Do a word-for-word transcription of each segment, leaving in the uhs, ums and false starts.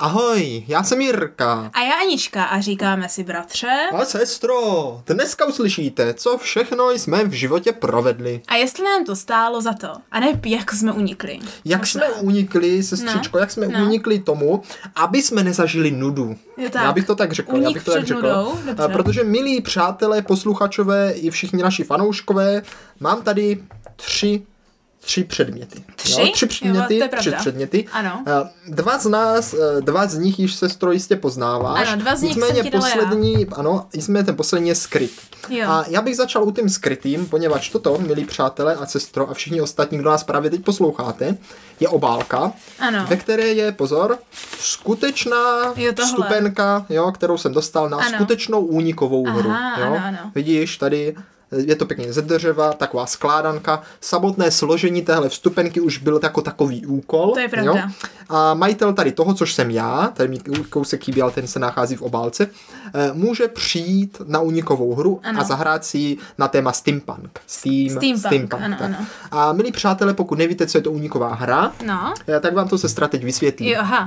Ahoj, já jsem Jirka. A já Anička a říkáme si bratře. A sestro, dneska uslyšíte, co všechno jsme v životě provedli. A jestli nám to stálo za to, a ne jak jsme unikli. Jak Možná. jsme unikli, sestřičko, no. jak jsme no. unikli tomu, aby jsme nezažili nudu. Tak. Já bych to tak řekl. Unik já bych to tak před řekl. nudou, dobře. Protože milí přátelé, posluchačové i všichni naši fanouškové, mám tady tři Tři předměty. Tři? Jo, tři předměty, jo, tři předměty. Ano. Dva z nás, dva z nich již sestro jistě poznáváš. Ano, dva z nich nicméně jsem ti dala poslední, já. ano, nicméně ten poslední je skryt. Jo. A já bych začal u tím skrytým, poněvadž toto, milí přátelé a sestro a všichni ostatní, kdo nás právě teď posloucháte, je obálka, ano. ve které je, pozor, skutečná jo, vstupenka, jo, kterou jsem dostal na ano. skutečnou únikovou hru. Aha, Jo. ano, ano. Vidíš, tady je to pěkně ze dřeva, taková skládanka. Samotné složení téhle vstupenky už byl jako takový úkol. To je pravda. Jo? A majitel tady toho, což jsem já, tady mi kousek chybí, ale ten se nachází v obálce, může přijít na únikovou hru ano. a zahrát si na téma steampunk. Steam, steampunk, steampunk ano, ano. A milí přátelé, pokud nevíte, co je to úniková hra, no. tak vám to sestra teď vysvětlí. Jo, aha.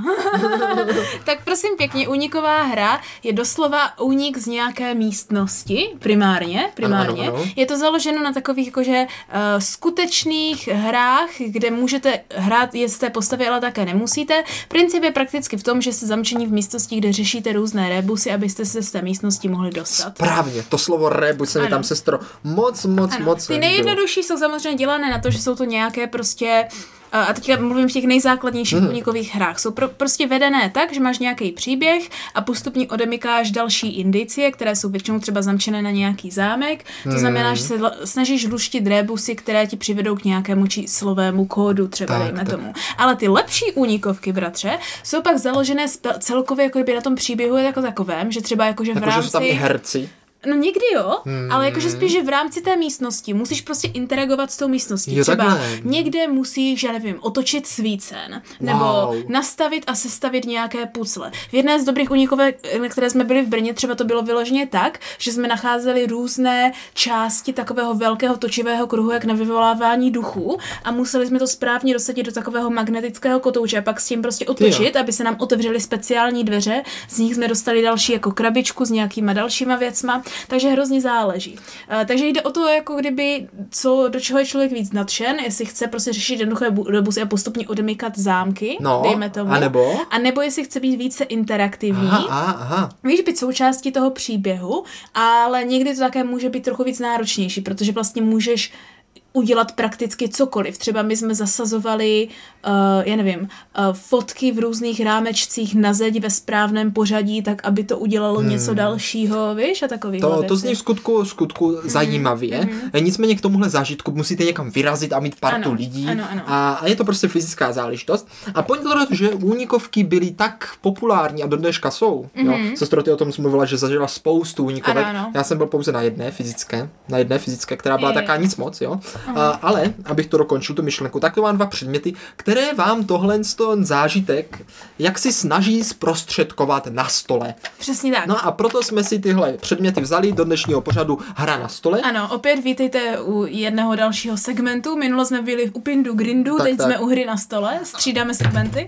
Tak prosím pěkně, úniková hra je doslova únik z nějaké místnosti, primárně, primárně. Ano, ano, ano. Je to založeno na takových jakože uh, skutečných hrách, kde můžete hrát jisté postavy, ale také nemusíte. Princip je prakticky v tom, že jste zamčení v místnosti, kde řešíte různé rebusy, abyste se z té místnosti mohli dostat. Správně, to slovo rebus se mi tam, sestro, moc, moc, ano. moc Ty nejjednodušší jsou samozřejmě dělané na to, že jsou to nějaké prostě a teďka mluvím v těch nejzákladnějších mm. únikových hrách. Jsou pro, prostě vedené tak, že máš nějaký příběh a postupně odemykáš další indicie, které jsou většinou třeba zamčené na nějaký zámek. To mm. znamená, že se l- snažíš luštit rébusy, které ti přivedou k nějakému číslovému kódu, třeba tak, dejme tak. tomu. Ale ty lepší únikovky, bratře, jsou pak založené spe- celkově jako by na tom příběhu jako takovém, že třeba jakože v jako, rámci... že jsou tam i herci. No někdy jo, hmm. ale jakože spíš, že v rámci té místnosti musíš prostě interagovat s tou místností. Jo, Třeba takhle. někde musíš, já nevím, otočit svícen, nebo Wow. nastavit a sestavit nějaké pucle. V jedné z dobrých únikovek, na které jsme byli v Brně, třeba to bylo vyloženě tak, že jsme nacházeli různé části takového velkého točivého kruhu, jak na vyvolávání duchů, a museli jsme to správně dosadit do takového magnetického kotouče a pak s tím prostě otočit, aby se nám otevřely speciální dveře, z nich jsme dostali další jako krabičku s nějakýma dalšíma věcma. Takže hrozně záleží. Uh, takže jde o to, jako kdyby, co, do čeho je člověk víc nadšen, jestli chce prostě řešit jednoduché rebusy a postupně odemykat zámky, no, dejme tomu. A nebo? A nebo jestli chce být více interaktivní. Aha, aha, aha. Víš, být součástí toho příběhu, ale někdy to také může být trochu víc náročnější, protože vlastně můžeš udělat prakticky cokoliv. Třeba my jsme zasazovali, uh, já nevím, uh, fotky v různých rámečcích na zeď ve správném pořadí, tak aby to udělalo hmm. něco dalšího, víš, a takových To, věcí. to zní v skutku, v skutku hmm. zajímavě. Hmm. Nicméně k tomuhle zážitku musíte někam vyrazit a mít partu ano, lidí. Ano, ano. A, a je to prostě fyzická záležitost. A protože že únikovky byly tak populární a do dneška jsou. Mm-hmm. Jo? Sestro, ty o tom jsi mluvila, že zažila spoustu únikovek. Ano, ano. Já jsem byl pouze na jedné fyzické, na jedné fyzické, která byla je, taká je. nic moc, jo. A, ale, abych to dokončil, tu myšlenku, tak to mám dva předměty, které vám tohle ten zážitek jak si snaží zprostředkovat na stole. Přesně tak. No a proto jsme si tyhle předměty vzali do dnešního pořadu Hra na stole. Ano, opět vítejte u jednoho dalšího segmentu. Minule jsme byli u Pindu Grindu, tak, teď tak. jsme u Hry na stole, střídáme segmenty.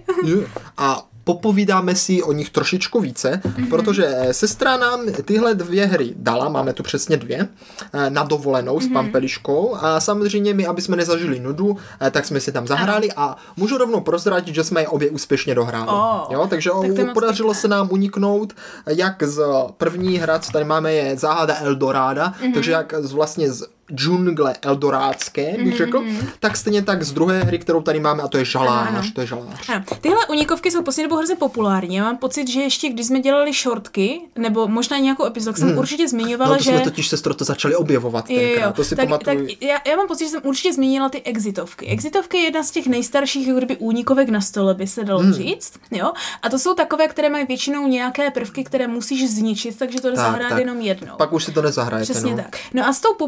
A popovídáme si o nich trošičku více, mm-hmm. protože sestra nám tyhle dvě hry dala, máme tu přesně dvě, na dovolenou mm-hmm. s Pampeliškou a samozřejmě my, aby jsme nezažili nudu, tak jsme si tam zahráli ano. a můžu rovnou prozradit, že jsme je obě úspěšně dohráli. Oh, jo, takže tak podařilo se nám uniknout, jak z první hra, co tady máme, je Záhada Eldoráda, mm-hmm. takže jak z vlastně z džungle eldorádské, bych řekl, mm-hmm. tak stejně tak z druhé hry, kterou tady máme, a to je Žalář, ano, ano. to je Žalář. Ano. Tyhle unikovky jsou poslední dobou hrozně populární. Já mám pocit, že ještě když jsme dělali shortky, nebo možná nějakou epizodu, jsem hmm. určitě zmiňovala, no, to že... jsme totiž, sestro, to začali objevovat tenkrát, to si tak, pamatuju. Tak já, já mám pocit, že jsem určitě zmínila ty exitovky. Exitovky je jedna z těch nejstarších, jako kdyby únikovek na stole, by se dalo hmm. říct, jo? A to jsou takové, které mají většinou nějaké prvky, které musíš zničit, takže to jde zahrát jenom jednou. Pak už si to nezahrajete. Přesně no. tak. No a s tou popularizací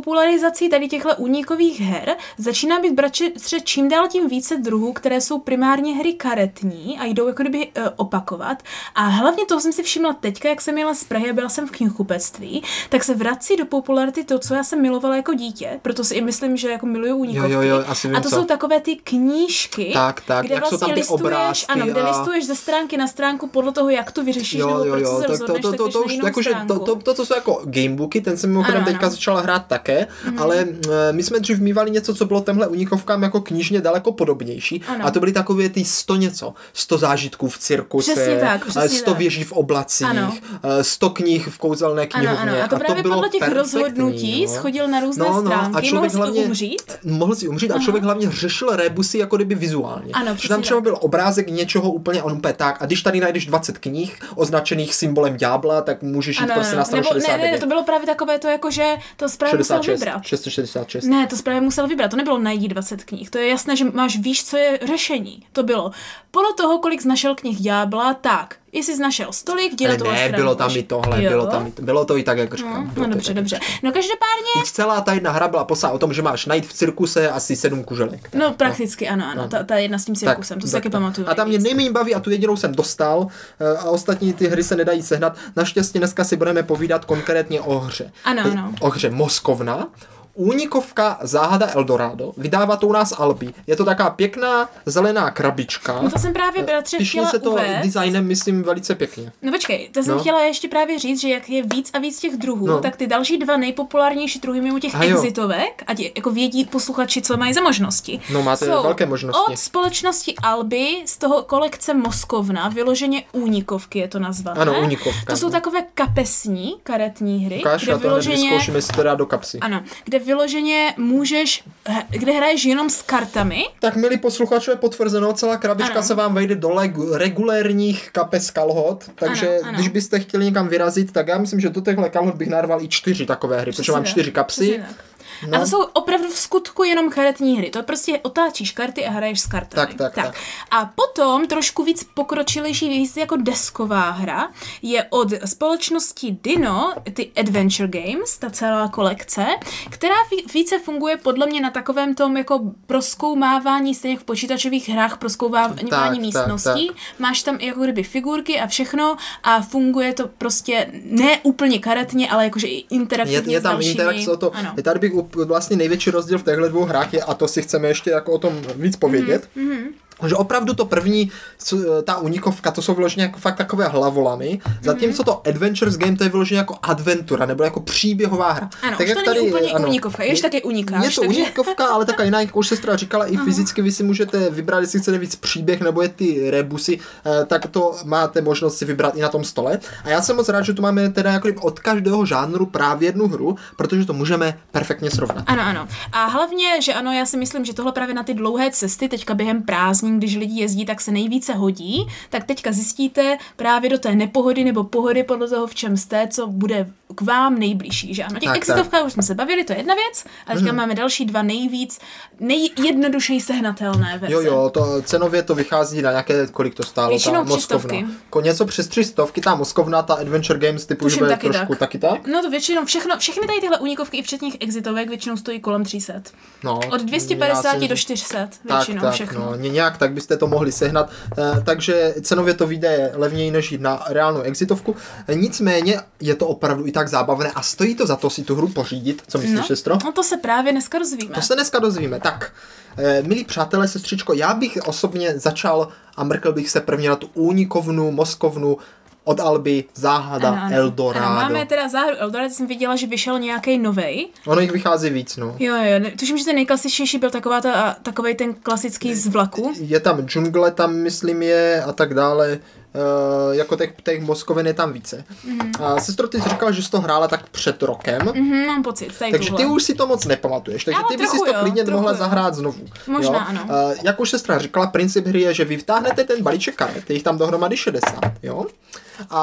popularizací tady těchto únikových her začíná být bratře čím dál tím více druhů, které jsou primárně hry karetní a jdou jako kdyby uh, opakovat. A hlavně toho jsem si všimla teďka, jak jsem jela z Prahy a byla jsem v knihkupectví, tak se vrací do popularity to, co já jsem milovala jako dítě, proto si i myslím, že jako miluju únikovky. Jo, jo, jo, asi vím, a to co. jsou takové ty knížky, tak, tak, kde jak vlastně jsou tam ty listuješ, obrázky ano, kde a... listuješ ze stránky na stránku podle toho, jak to vyřešíš, jo, nebo jo, proč jo, se tak rozhodneš, to, to, to, to, už, jakože to, to, to, to jsou jako gamebooky, ten jsem mimochodem teďka ano. začala hrát také, mm-hmm. ale uh, my jsme dřív mývali něco, co bylo tenhle unikovkám jako knižně daleko podobnější ano. a to byly takové ty sto něco, sto zážitků v cirkuse, přesně tak, přesně sto tak. věží v oblacích, ano. sto knih v kouzelné knihovně. Ano, ano. A to právě a to podle těch perfektní, rozhodnutí no. schodil na různé no, no, stránky, a člověk mohl hlavně, si umřít. Mohl si umřít Aha. a člověk hlavně řešil rebusy jako kdyby vizuálně. Ano, že tam třeba tak. byl obrázek něčeho úplně on tak a když tady najdeš dvacet knih označených symbolem ďábla, tak můžeš jít ano, prostě na stranu nebo, šedesát devět. Ne, ne, to bylo právě takové to jako, že to správně musel vybrat. šest set šedesát šest. Ne, to správně musel vybrat, to nebylo najít dvacet knih, to je jasné, že máš víš, co je řešení. To bylo podle toho, kolik jsi našel knih ďábla, tak jestli jsi našel stolik, dělá to ne, bylo tam i tohle, jo. bylo tam i to, bylo to i tak, jak říkám. No, no dobře, dobře. No každopádně... Teď celá ta jedna hra byla posá o tom, že máš najít v cirkuse asi sedm kuželek. No prakticky no. ano, ano, no. ta, ta jedna s tím cirkusem, tak, to si taky pamatuju. A tam mě nejméně baví a tu jedinou jsem dostal a ostatní ty hry se nedají sehnat. Naštěstí dneska si budeme povídat konkrétně o hře. Ano, ano. O hře Moskovna. Únikovka Záhada Eldorado. Vydává to u nás Albi. Je to taková pěkná zelená krabička. No to jsem právě bratře chtěla se to uvést. designem, myslím, velice pěkně. No počkej, to jsem no. chtěla ještě právě říct, že jak je víc a víc těch druhů, no. tak ty další dva nejpopulárnější druhy mimo těch exitovek, ať jako vědí posluchači, co mají za možnosti. No máte jsou velké možnosti. Od společnosti Albi z toho kolekce Moskovna, vyloženě únikovky je to nazvané. Ano, únikovka. To jsou takové kapesní karetní hry, Ukáž, kde a to vyloženě vyzkoušíme si to dát do kapsy. Ano, kde vyloženě můžeš, kde hraješ jenom s kartami. Tak milí posluchačové, potvrzeno, celá krabička ano. se vám vejde do leg- regulérních kapes kalhot, takže ano, ano. když byste chtěli někam vyrazit, tak já myslím, že do těchto kalhot bych narval i čtyři takové hry, protože mám čtyři kapsy. No. A to jsou opravdu v skutku jenom karetní hry. To prostě otáčíš karty a hraješ s kartami. Tak, tak, tak. tak. A potom trošku víc pokročilejší, víc jako desková hra je od společnosti Dino, ty Adventure Games, ta celá kolekce, která více funguje podle mě na takovém tom jako prozkoumávání, stejně v počítačových hrách prozkoumávání tak, místností. Tak, tak. Máš tam jako kdyby figurky a všechno a funguje to prostě ne úplně karetně, ale jakože i interaktivně je, je tam s dalšími. Interakce o to, je tady bych vlastně největší rozdíl v těchto dvou hrách je, a to si chceme ještě jako o tom víc povědět, mm-hmm. že opravdu to první, ta unikovka, to jsou vyloženě jako fakt takové hlavolamy, zatímco to Adventures Game, to je vyloženě jako adventura, nebo jako příběhová hra. Ano, tak už jak to tady, není úplně ano, unikovka, ještě taky unikáš. Je to takže... unikovka, ale taká jiná, jak už sestra říkala, i fyzicky vy si můžete vybrat, jestli chcete víc příběh, nebo je ty rebusy, tak to máte možnost si vybrat i na tom stole. A já jsem moc rád, že tu máme teda jako od každého žánru právě jednu hru, protože to můžeme perfektně srovnat. Ano, ano. A hlavně, že ano, já si myslím, že tohle právě na ty dlouhé cesty, teďka během prázdnin, když lidi jezdí, tak se nejvíce hodí, tak teďka zjistíte právě do té nepohody nebo pohody podle toho, v čem jste, co bude k vám nejbližší, že ano. Těch exitovkách už jsme se bavili, to je jedna věc, a teďka mm. máme další dva nejvíc, nejjednodušeji sehnatelné verze. Jo, jo, to cenově to vychází na nějaké, kolik to stálo, většinou ta Moskovna. Něco přes tři stovky, ta Moskovna, ta Adventure Games typu už bude taky trošku tak. taky tak? No to většinou, všechno, všechny tady tyhle unikovky i včetně exitovek většinou stojí kolem tři sta. No, od dvě stě padesát si... do čtyři sta většinou tak, všechno. Tak, no, nějak tak byste to mohli sehnat, e, takže cenově to vyjde levněji než jít na reálnou exitovku, e, nicméně je to opravdu i tak zábavné a stojí to za to si tu hru pořídit, co myslíš, no, sestro? No to se právě dneska dozvíme. To se dneska dozvíme, tak, e, milí přátelé, sestřičko, já bych osobně začal a mrkl bych se prvně na tu únikovnu, Moskovnu, od Albi, Záhada, ano, ano. Eldorado. Ano, máme teda Záhadu Eldorado, jsem viděla, že vyšel nějaký novej. Ono jich vychází víc, no. Jo, jo, tuším, že ten nejklasičnější byl taková ta, takovej ten klasický z vlaku. Je tam džungle, tam myslím je a tak dále. Uh, jako těch, těch Moskovin je tam více. Mm-hmm. A sestro, ty jsi říkala, že jsi to hrála tak před rokem. Mm-hmm, mám pocit. Takže tuhle. Ty už si to moc nepamatuješ, takže ty bys si to klidně trochu, mohla jo. zahrát znovu. Možná, jo? ano. Uh, jak už sestra říkala, princip hry je, že vy vtáhnete ten balíček karet, je jich tam dohromady šedesát, jo? A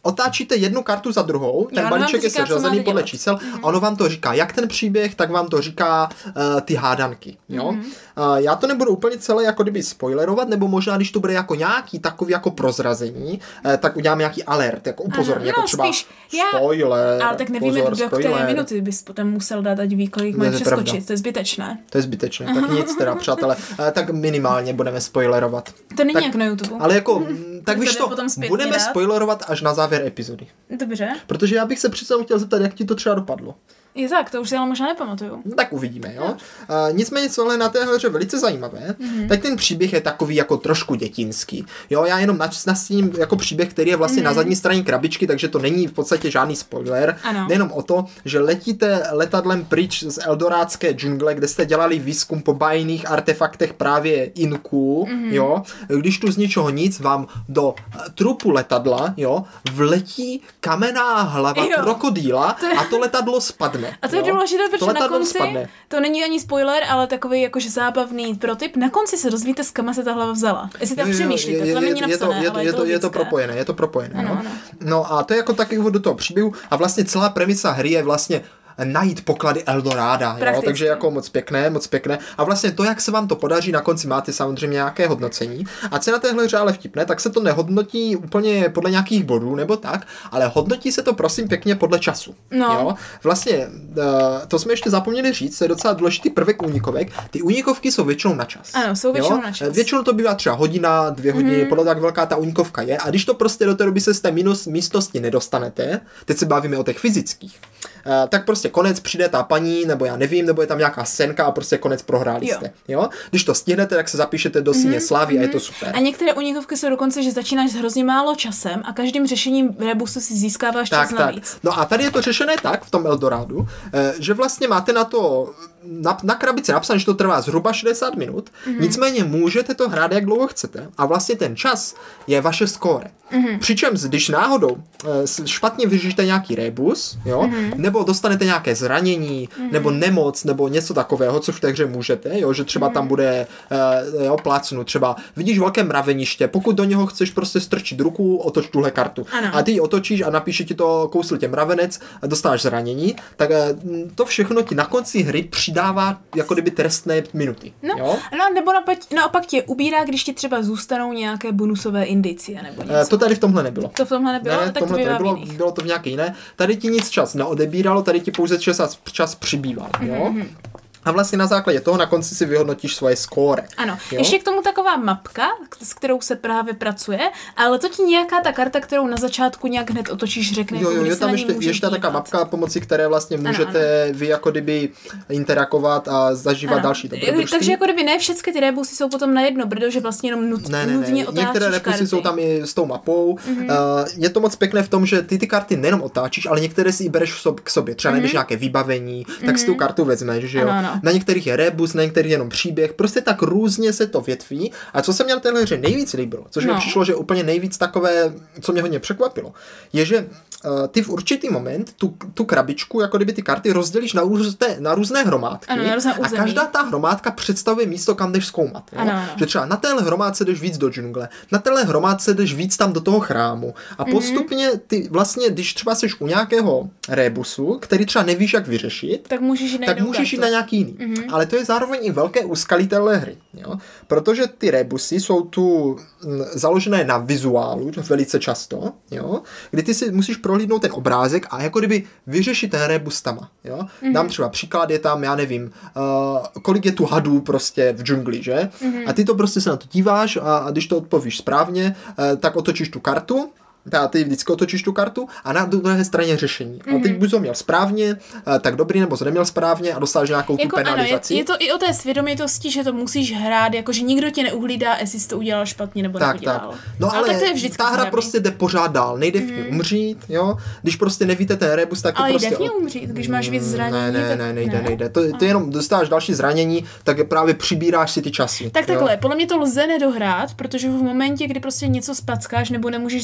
otáčíte jednu kartu za druhou, ten jo, balíček je seřazený podle dělat. čísel mm-hmm. a ono vám to říká, jak ten příběh, tak vám to říká uh, ty hádanky, jo. Mm-hmm. Uh, já to nebudu úplně celé jako kdyby spoilerovat, nebo možná, když to bude jako nějaký takový jako prozrazení, uh, tak uděláme nějaký alert, jako upozornění, jako no, třeba spíš, já, spoiler, ale tak nevíme, pozor, do spoiler. které minuty bys potom musel dát, ať ví, kolik mají přeskočit, pravda. To je zbytečné. To je zbytečné, tak nic teda, přátelé, uh, tak minimálně budeme spoilerovat. To není tak, jak na YouTube. Ale jako, mm, tak víš to, budeme rád. spoilerovat až na závěr epizody. Dobře. Protože já bych se přece chtěl zeptat, jak ti to třeba dopadlo. Je tak, to už si ale možná nepamatuju. No, tak uvidíme, jo. A nicméně, co je na téhle hře velice zajímavé, mm-hmm. tak ten příběh je takový jako trošku dětinský. Jo, já jenom nastíním jako příběh, který je vlastně mm-hmm. na zadní straně krabičky, takže to není v podstatě žádný spoiler. Ano. Jde jenom o to, že letíte letadlem pryč z eldorádské džungle, kde jste dělali výzkum po bajných artefaktech právě Inků, mm-hmm. jo. Když tu z ničeho nic vám do trupu letadla, jo, vletí kamenná hlava jo. krokodýla to je... a to letadlo spadne. A to je důležité, protože na konci, spadne. To není ani spoiler, ale takový jakože zábavný protip, na konci se dozvíte, z kam se ta hlava vzala. Jestli tak přemýšlíte, to není napsané, je to, ale je to, je je to propojené, je to propojené. Ano, no. ano. no a to je jako taky do toho příběhu a vlastně celá premisa hry je vlastně najít poklady Eldoráda, jo? Takže jako moc pěkné, moc pěkné. A vlastně to, jak se vám to podaří, na konci máte samozřejmě nějaké hodnocení. A co je na téhle hře ale vtipné, tak se to nehodnotí úplně podle nějakých bodů nebo tak, ale hodnotí se to prosím pěkně podle času. No. Jo? Vlastně, to jsme ještě zapomněli říct, to je docela důležitý prvek únikovek. Ty únikovky jsou většinou na čas. Ano, jsou většinou jo? na čas. Většinou to bývá třeba hodina, dvě hodiny, mm. podle tak velká ta únikovka je. A když to prostě do té doby se z té minus místnosti nedostanete, teď se bavíme o těch fyzických, Uh, tak prostě konec, přijde ta paní, nebo já nevím, nebo je tam nějaká scénka a prostě konec prohráli jo. jste. Jo? Když to stihnete, tak se zapíšete do síně mm-hmm. slávy mm-hmm. a je to super. A některé unikovky jsou dokonce, že začínáš s hrozně málo časem a každým řešením rebusu si získáváš tak, čas tak. navíc. No a tady je to řešené tak v tom Eldorádu, že vlastně máte na to na, na krabici napsané, že to trvá zhruba šedesát minut, mm-hmm. nicméně můžete to hrát, jak dlouho chcete a vlastně ten čas je vaše skóre. Mm-hmm. Přičemž, když náhodou špatně vyřešíte nějaký rebus, jo, mm-hmm. nebo dostanete nějaké zranění, mm-hmm. nebo nemoc, nebo něco takového, co v té hře můžete, jo, že třeba mm-hmm. tam bude uh, jo, plácnu, třeba vidíš velké mraveniště, pokud do něho chceš prostě strčit ruku, otoč tuhle kartu. Ano. A ty ji otočíš a napíše ti to, kousl tě mravenec, dostáš zranění, tak uh, to všechno ti na konci hry přidává jako kdyby trestné minuty. No, jo? no nebo naopak, naopak tě ubírá, když ti třeba zůstanou nějaké bonusové indicie, nebo něco. Uh, to tady v tomhle nebylo. To v tomhle nebylo, ne, tak to nebylo, v bylo to v nějaké jiné. Tady ti nic čas neodebíralo, tady ti pouze čas, čas přibýval, jo? Mm-hmm. A vlastně na základě toho na konci si vyhodnotíš svoje skóre. Ano. Jo? Ještě k tomu taková mapka, s kterou se právě pracuje, ale to ti nějaká ta karta, kterou na začátku nějak hned otočíš, řekne, jo, jo, jako, je tam ještě, ještě taková mapka, pomocí které vlastně můžete ano, ano. vy jako kdyby interakovat a zažívat ano. další dobrodružství. Takže jako kdyby ne všechny ty rebusy jsou potom na jedno, protože vlastně jenom nut, ne, ne, nutně ne. otáčíš Některé rebusy karty. jsou tam i s tou mapou. Mm-hmm. Uh, je to moc pěkné v tom, že ty ty karty nejenom otáčíš, ale některé si i bereš k sobě. Třeba mm-hmm. nejdeš nějaké vybavení, mm-hmm. tak si tu kartu vezmeš, že jo. Ano, ano. Na některých je rebus, na některých jenom příběh, prostě tak různě se to větví. A co se mě na téhle hře nejvíc líbilo, což no. mi přišlo, že úplně nejvíc takové, co mě hodně překvapilo, je, že uh, ty v určitý moment tu, tu krabičku, jako kdyby ty karty rozdělíš na různé, na různé hromádky ano, na různé a každá ta hromádka představuje místo, kam jdeš zkoumat. Jo? Ano, ano. Že třeba na téhle hromádce jdeš víc do džungle, na téhle hromádce jdeš víc tam do toho chrámu a postupně ty vlastně, když třeba jsi u nějakého rebusu, který třeba nevíš, jak vyřešit, tak můžeš jít na, tak můžeš jít na nějaký jiný. Mm-hmm. Ale to je zároveň i velké úskalí téhle hry. Jo? Protože ty rebusy jsou tu m, založené na vizuálu, velice často, jo? Kdy ty si musíš prohlídnout ten obrázek a jako kdyby vyřešit ten rebus tama. Jo? Mm-hmm. Dám třeba příklad, je tam, já nevím, uh, kolik je tu hadů prostě v džungli, že? Mm-hmm. A ty to prostě se na to díváš a, a když to odpovíš správně, uh, tak otočíš tu kartu, a ty vždycky otočíš tu kartu a na druhé straně řešení. Mm-hmm. A teď buď to měl správně, tak dobrý, nebo to neměl správně a dostáš nějakou jako tu penalizaci. Ano, je, je to i o té svědomětosti, že to musíš hrát, jakože nikdo tě neuhlídá, jestli jsi to udělal špatně nebo tak, neudělal. Tak. No ale, ale tak to je vždycky ta hra zdraví. prostě jde pořád dál, nejde v ní mm. umřít, jo. Když prostě nevíte ten rebus, tak to ale prostě... Ale jde v ní umřít, když máš víc zranění. Ne, ne, tak... ne, nejde, ne. nejde. To, to jenom dostáváš další zranění, tak právě přibíráš si ty časy. Tak takhle, podle mě to lze nedohrát, protože v momentě, kdy prostě něco spackáš nebo nemůžeš získat ne,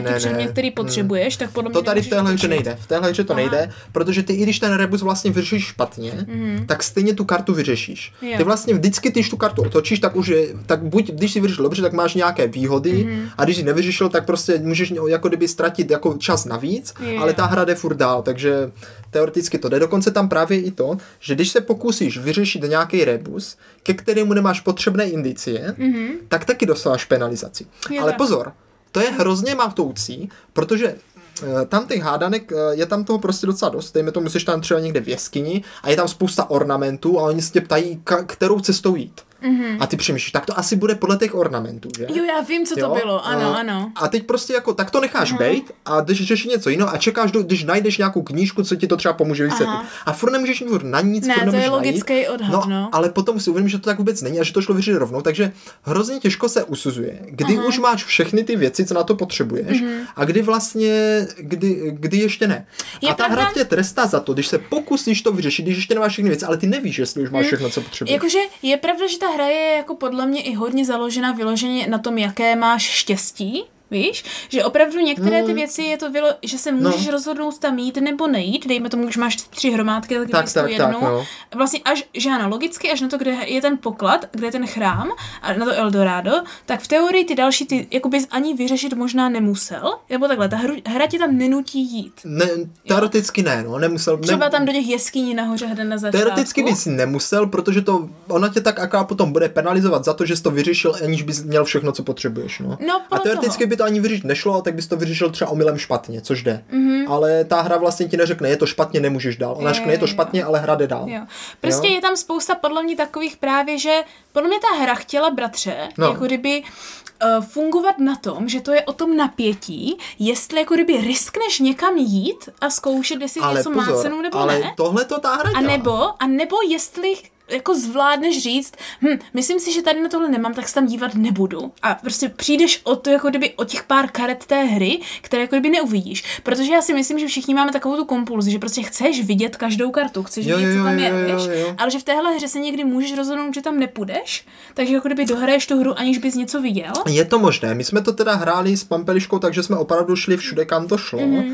nějaký ne, předmět, ne. který potřebuješ, tak podle mě to tady v téhle hře točit. nejde. V téhle hře to Aha. nejde, protože ty, i když ten rebus vlastně vyřešíš špatně, mm-hmm. tak stejně tu kartu vyřešíš. Jo. Ty vlastně vždycky, když tu kartu otočíš, tak už je, tak buď, když si vyřešil dobře, tak máš nějaké výhody, mm-hmm. a když si nevyřešil, tak prostě můžeš jako kdyby ztratit jako čas navíc, Jo. ale ta hra jde furt dál, takže teoreticky to jde. Dokonce tam právě i to, že když se pokusíš vyřešit nějaký rebus, ke kterému nemáš potřebné indicie, mm-hmm. tak taky dostáváš penalizaci. Jo, Ale tak. pozor, to je hrozně matoucí, protože tam těch hádanek, je tam toho prostě docela dost, dejme tomu, jsi tam třeba někde v jeskyni a je tam spousta ornamentů a oni se tě ptají, ka- kterou cestou jít. Mm-hmm. A ty přemýšlíš, tak to asi bude podle těch ornamentů, že? Jo, já vím, co Jo? to bylo, ano, a, ano. A teď prostě jako, tak to necháš bejt a jdeš řešit něco jiného a čekáš, do, když najdeš nějakou knížku, co ti to třeba pomůže vysvětlit. Aha. A furt nemůžeš furt na nic, Ne, furt to nemůžeš je logický najít. odhad, no, no. ale potom si uvědomíš, že to tak vůbec není a že to šlo vyřešit rovnou, takže hrozně těžko se usuzuje, kdy Aha. už máš všechny ty věci, co na to potřebuješ, mm-hmm. a kdy vlastně, kdy, kdy ještě ne. Je a ta pravda... hra tě trestá za to, když se pokusíš to vyřešit, když ještě nemáš všechny věci, ale ty nevíš, jestli už máš všechno, co potřebuješ. Jakože je pravda, že ta hra je jako podle mě i hodně založena vyloženě na tom, jaké máš štěstí. Víš, že opravdu některé ty věci je to, vylo, že se můžeš no. rozhodnout tam jít nebo nejít, dejme tomu, když máš tři hromádky, tak, tak, tak, jednu. tak no. Vlastně až, že ano, logicky, až na to, kde je ten poklad, kde je ten chrám, a na to Eldorado, tak v teorii ty další ty jakoby ani vyřešit možná nemusel, nebo takhle, ta hru, hra tě tam nenutí jít. Ne, teoreticky jo? ne, no, nemusel. Třeba ne, tam do těch jeskyní nahoře hned na začátku. Teoreticky bys nemusel, protože to, ona tě tak aká potom bude penalizovat za to, že jsi to vyřešil, aniž bys měl všechno, co potřebuješ, no. no a teoreticky toho. by to ani vyřešit nešlo, tak bys to vyřešil třeba omylem špatně, což jde. Mm-hmm. Ale ta hra vlastně ti neřekne, je to špatně, nemůžeš dál. Ona je, řekne, je to špatně, ale hra jde dál. Jo. Prostě jo? je tam spousta podle mě takových právě, že podle mě ta hra chtěla, bratře, no. jako kdyby uh, fungovat na tom, že to je o tom napětí, jestli jako kdyby riskneš někam jít a zkoušet, jestli ale něco pozor, má cenu nebo ale ne. Ale tohle to ta hra dělá. A nebo, a nebo jestli jako zvládneš říct, hm, myslím si, že tady na tohle nemám, tak se tam dívat nebudu. A prostě přijdeš o to, jako kdyby o těch pár karet té hry, které jako kdyby neuvidíš. Protože já si myslím, že všichni máme takovou tu kompulzi, že prostě chceš vidět každou kartu, chceš jo, vidět, jo, co tam jo, je, jo, víš? Jo, jo. Ale že v téhle hře se někdy můžeš rozhodnout, že tam nepůjdeš, takže jako kdyby dohraješ tu hru, aniž bys něco viděl. Je to možné. My jsme to teda hráli s Pampeliškou, takže jsme opravdu šli všude, kam to šlo. Mm-hmm.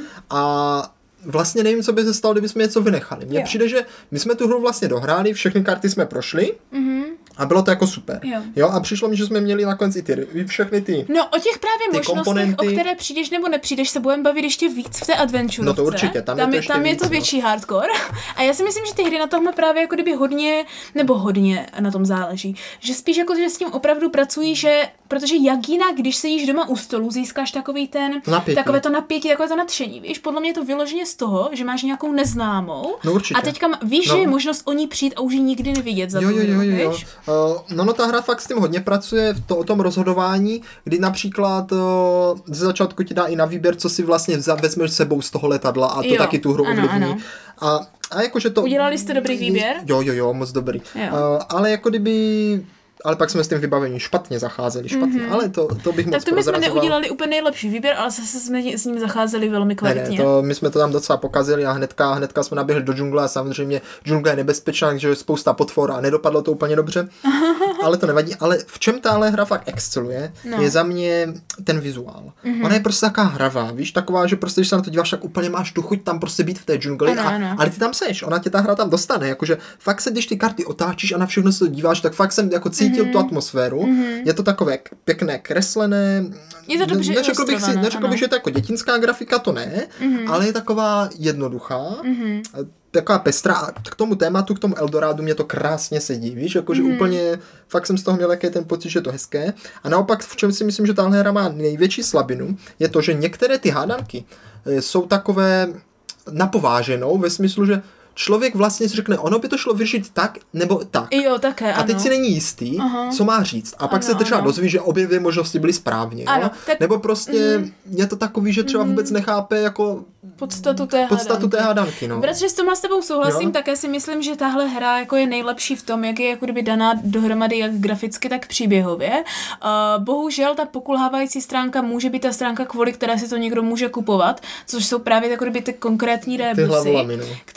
A vlastně nevím, co by se stalo, kdybychom něco vynechali. Mně přijde, že my jsme tu hru vlastně dohráli, všechny karty jsme prošli mm-hmm. a bylo to jako super. Jo. jo a přišlo mi, že jsme měli nakonec i ty, všechny ty No o těch právě ty možnostech, komponenty. O které přijdeš nebo nepřijdeš, se budeme bavit ještě víc v té adventurovce. No to určitě, tam, tam je to, je, tam víc, je to no. větší hardcore. A já si myslím, že ty hry na tomhle právě jako kdyby hodně, nebo hodně na tom záleží. Že spíš jako, že s tím opravdu pracují, že protože jak jinak, když sedíš doma u stolu, získáš takový ten, napětí. takové to napětí, takové to nadšení, víš? Podle mě je to vyloženě z toho, že máš nějakou neznámou no, určitě. a teďka víš, no. že je možnost o ní přijít a už ji nikdy nevidět za jo, tu jo, jo, jo, víš? jo. Uh, no, no ta hra fakt s tím hodně pracuje v to, o tom rozhodování, kdy například uh, ze začátku ti dá i na výběr, co si vlastně vezmeš sebou z toho letadla a to jo. taky tu hru ano, ovlivní. ano. A, a jakože to... Udělali jste dobrý výběr? Jo, jo, jo, moc dobrý. Jo. Uh, ale jako kdyby... Ale pak jsme s tím vybavením špatně zacházeli, špatně, mm-hmm. ale to, to bych moc Tak to my jsme prozrazoval. neudělali úplně nejlepší výběr, ale zase jsme s ním zacházeli velmi kvalitně. Ne, ne, to, my jsme to tam docela pokazili a hnedka, hnedka jsme naběhli do džungle a samozřejmě džungle je nebezpečná, takže je spousta potvor a nedopadlo to úplně dobře, ale to nevadí. Ale v čem tahle hra fakt exceluje, no. je za mě ten vizuál. Mm-hmm. Ona je prostě taková hravá, víš, taková, že prostě, když se na to díváš, tak úplně máš tu chuť tam prostě být v té džungli, ano, a, ano. ale ty tam seš, ona tě ta hra tam dostane, jakože fakt se, když ty karty otáčíš a na všechno se to díváš, tak fakt jsem jako cítil mm-hmm. tu atmosféru. Mm-hmm. Je to takové pěkné kreslené. Je to dobře neřekl bych, si, neřekl bych, že to jako dětinská grafika, to ne, mm-hmm. ale je taková jednoduchá, mm-hmm. taková pestrá a k tomu tématu, k tomu Eldorádu mě to krásně sedí, víš, jakože mm-hmm. úplně, fakt jsem z toho měl jaký ten pocit, že je to hezké. A naopak, v čem si myslím, že tahle hra má největší slabinu, je to, že některé ty hádanky jsou takové napováženou ve smyslu, že člověk vlastně si řekne, ono by to šlo vyřešit tak, nebo tak. Jo, také, a teď ano. si není jistý, Aha. co má říct. A pak ano, se třeba ano. dozví, že obě dvě možnosti byly správně. Ano, tak, nebo prostě mm, je to takový, že třeba vůbec nechápe jako podstatu té podstatu hádanky. té hádanky. No. Bratře, s tomhle s tebou souhlasím, jo? také si myslím, že tahle hra jako je nejlepší v tom, jak je jako kdyby daná dohromady jak graficky, tak příběhově. Uh, bohužel ta pokulhávající stránka může být ta stránka, kvůli které si to někdo může kupovat, což jsou právě jako kdyby ty konkrétní rebusy, hlavolamy, no. které jsou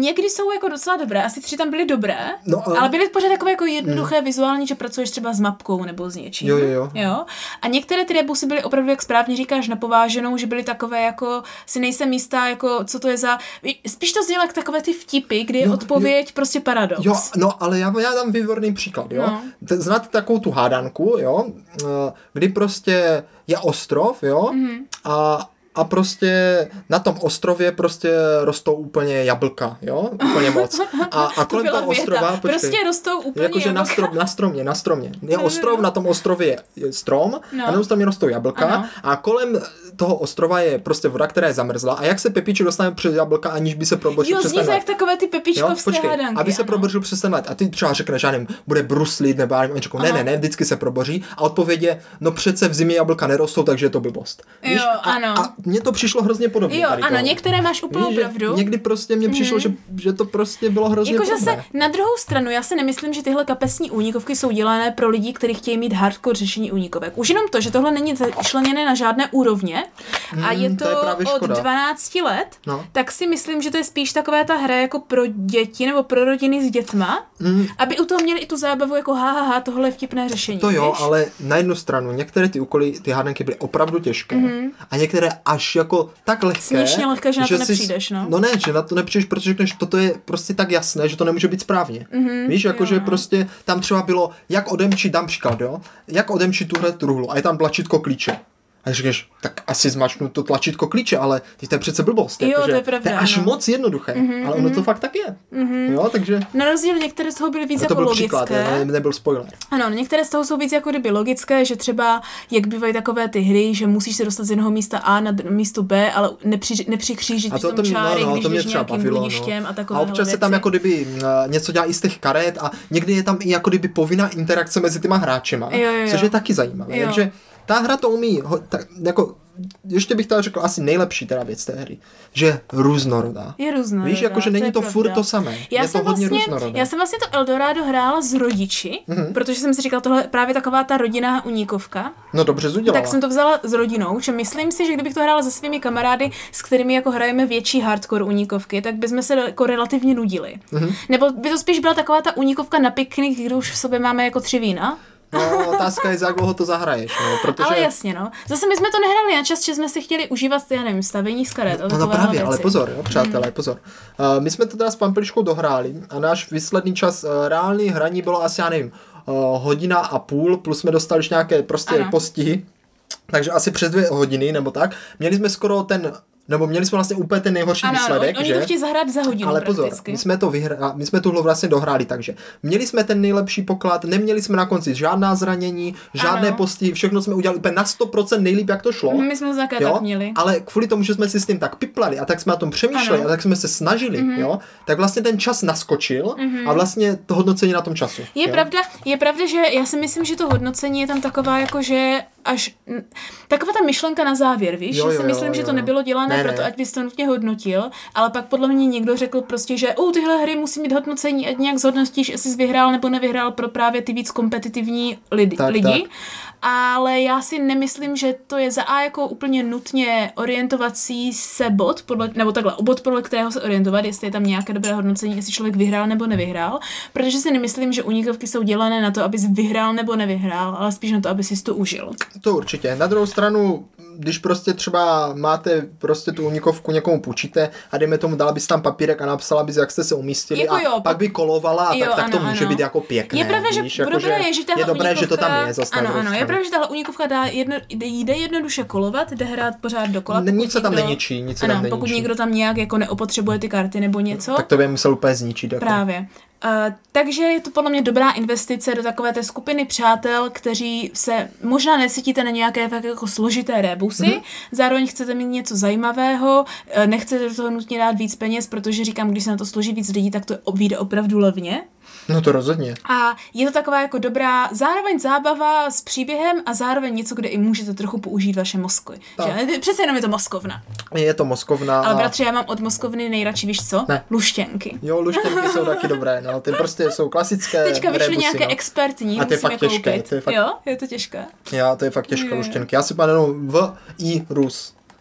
někdy jsou jako docela dobré, asi tři tam byly dobré, no, ale... ale byly pořád takové jako jednoduché mm. vizuální, že pracuješ třeba s mapkou nebo s něčím. Jo, jo, jo. jo? A některé ty rebusy byly opravdu, jak správně říkáš, napováženou, že byly takové jako, si nejsem jistá, jako co to je za, spíš to znělo jak takové ty vtipy, kdy je no, odpověď jo. prostě paradox. Jo, no, ale já, já dám výborný příklad, jo. No. Znáte takovou tu hádanku, jo, kdy prostě je ostrov, jo, mm-hmm. a A prostě na tom ostrově prostě rostou úplně jablka, jo? Úplně moc. A, a kolem toho ostrova... Počkej, prostě rostou úplně jakože jablka. Na, strom, na stromě, na stromě. Je ostrov, na tom ostrově je, je strom no. a na tom stromě rostou jablka ano. a kolem toho ostrova je prostě voda, která je zamrzla. A jak se Pepíček dostane přes jablka, aniž by se probořil přes ten let? Jo, zní to jak takové ty pepíčkovské hádanky. Aby se probořil přes ten let. A ty třeba řekneš, že nevím, bude bruslit, nebo já řeknu, ne, ne, ne, vždycky se proboří. A odpověď je, no přece v zimě jablka nerostou, takže je to blbost. Jo, a, ano. A mně to přišlo hrozně podobně. Jo, ano, některé máš úplnou Víš, pravdu. Někdy prostě mně přišlo, mm. že, že to prostě bylo hrozně jako, podobné. Jako na druhou stranu, já si nemyslím, že tyhle kapesní únikovky jsou dělané pro lidi, kteří chtějí mít hardcore řešení únikovek. Už jenom to, že tohle není členěné na žádné úrovně a je to, to je od dvanácti let, no. tak si myslím, že to je spíš taková ta hra jako pro děti nebo pro rodiny s dětma, mm. aby u toho měli i tu zábavu jako ha, ha, ha, tohle je vtipné řešení. To jo, víš? ale na jednu stranu některé ty úkoly, ty hádanky byly opravdu těžké mm. a některé až jako tak lehké, směšně lehké, že na to že nepřijdeš, no. No ne, že na to nepřijdeš, protože řekneš, toto je prostě tak jasné, že to nemůže být správně. Mm-hmm, víš, jakože prostě tam třeba bylo, jak odemčit, dám příklad, jo, jak odemčit tuhle truhlu a je tam tlačítko klíče. A říkáš, tak asi zmačknu to tlačítko klíče, ale to je přece blbost. Jo, jako, to je pravda. To je až no. moc jednoduché, mm-hmm, ale ono mm-hmm. to fakt tak je. Mm-hmm. Jo, takže... Na rozdíl některé z toho byly víc no, jako to byl logické. Příklad, ne, nebyl spoiler. Ano, některé z toho jsou víc jako kdyby logické, že třeba, jak bývají takové ty hry, že musíš se dostat z jednoho místa A na místo B, ale nepři, nepřikřížit to, tom čáry, no, no, když to mě jdeš nějakým bavilo, bludištěm no. a takové A občas věci. se tam jako kdyby uh, něco dělá i z těch karet a někdy je tam i jako kdyby povinná interakce mezi těma hráčema, jo, jo, jo. což je taky zajímavé. Jo. Takže ta hra to umí, ho, tak, jako ještě bych teda řekl asi nejlepší teda věc té hry, že je různorodá. Je různorodá. Víš, jako že není to, to furt to samé. Já je jsem to hodně vlastně, různorodé. Já jsem vlastně to Eldorado hrála s rodiči, mm-hmm. protože jsem si říkala, tohle je právě taková ta rodinná uníkovka. No dobře jsi udělala. Tak jsem to vzala s rodinou, že myslím si, že kdybych to hrála se svými kamarády, s kterými jako hrajeme větší hardcore uníkovky, tak bychom se jako relativně nudili. Mm-hmm. Nebo by to spíš byla taková ta uníkovka na piknik, kde už v sobě máme jako tři vína. No, otázka je, za jak dlouho to zahraješ, no, protože... Ale jasně, no. Zase my jsme to nehrali na čas, že jsme si chtěli užívat, já nevím, stavení z karet. No, no právě, věci. ale pozor, jo, přátelé, hmm. pozor. Uh, my jsme to teda s Pampeliškou dohráli a náš výsledný čas uh, reálný hraní bylo asi, já nevím, uh, hodina a půl, plus jsme dostali už nějaké prostě ano. postihy, takže asi přes dvě hodiny, nebo tak. Měli jsme skoro ten... Nebo měli jsme vlastně úplně ten nejhorší ano, výsledek, oni že? Oni to chtějí zahrát za hodinu ale pozor, prakticky. my jsme to vyhra- my jsme tu hru vlastně dohráli, takže měli jsme ten nejlepší poklad, neměli jsme na konci žádná zranění, žádné ano. postihy, všechno jsme udělali úplně na sto procent nejlíp, jak to šlo. My jsme to také tak měli. Ale kvůli tomu, že jsme si s tím tak piplali a tak jsme na tom přemýšleli ano. a tak jsme se snažili, mm-hmm. jo, tak vlastně ten čas naskočil mm-hmm. a vlastně to hodnocení na tom času. Je jo? pravda, je pravda, že já si myslím, že to hodnocení je tam taková jako, že až taková ta myšlenka na závěr, víš, jo, že si jo, myslím, jo, že to nebylo dělané ne, proto, ne. ať bys to nutně hodnotil, ale pak podle mě někdo řekl prostě, že u tyhle hry musí mít hodnocení, ať nějak zhodnotíš, jestli jsi vyhrál nebo nevyhrál pro právě ty víc kompetitivní lidi. Tak, lidi. tak. Ale já si nemyslím, že to je za A jako úplně nutně orientovací se bod, podle, nebo takhle, bod, podle kterého se orientovat, jestli je tam nějaké dobré hodnocení, jestli člověk vyhrál nebo nevyhrál, protože si nemyslím, že uníkovky jsou dělané na to, abys vyhrál nebo nevyhrál, ale spíš na to, aby si to užil. To určitě. Na druhou stranu, když prostě třeba máte prostě tu uníkovku, někomu půjčíte a dejme tomu, dala bys tam papírek a napsala bys, jak jste se umístili jako a jo, pak by kolovala a jo, tak, tak to ano, může ano. být jako pěkné. Je pravda, že, víš, jako, dobré je, že je dobré, že to tam je. Ano, ano, je pravda, že tahle uníkovka dá jedno, jde jednoduše kolovat, jde hrát pořád dokola. Nic se tam neničí, nic se ano, tam neničí. Pokud někdo tam nějak jako neopotřebuje ty karty nebo něco. Tak to by musel úplně zničit. Jako. Právě. Uh, takže je to podle mě dobrá investice do takové té skupiny přátel, kteří se možná necítíte na nějaké tak jako složité rebusy, mm-hmm. zároveň chcete mít něco zajímavého, uh, nechcete do toho nutně dát víc peněz, protože říkám, když se na to složí víc lidí, tak to vyjde opravdu levně. No to rozhodně. A je to taková jako dobrá zároveň zábava s příběhem a zároveň něco, kde i můžete trochu použít vaše mozky. Že? Přece jenom je to mozkovna. Je to mozkovna. Ale bratře, já mám od mozkovny nejradši, víš co? Ne. Luštěnky. Jo, luštěnky jsou taky dobré, no, ty prostě jsou klasické. Teďka vyšly rebusy, nějaké no. expertní, a to je fakt těžké. To je fakt... Jo, je to těžké. Já, to je fakt těžké luštěnky. Já si pamatuju v i Rus.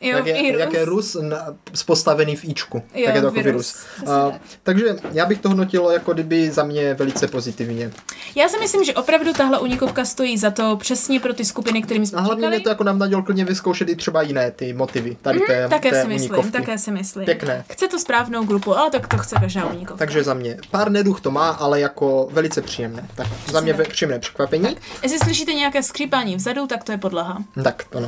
Jo, jak, je, virus. jak je Rus na, postavený v Ičku. Jo, tak je to jako virus. virus. Uh, takže já bych to hodnotil jako kdyby za mě velice pozitivně. Já si myslím, že opravdu tahle unikovka stojí za to přesně pro ty skupiny, kterými jsme A hlavně říkali. mě to jako nám naděl klidně vyzkoušet i třeba jiné ty motivy. Tady mm, té, také té si myslím, unikovky. také si myslím. Pěkné. Chce to správnou grupu, ale tak to chce každá unikovka. Takže za mě pár neduch to má, ale jako velice příjemné. Tak za mě ve, příjemné překvapení. Tak, jestli slyšíte nějaké skřípání vzadu, tak to je podlaha. Tak, ano.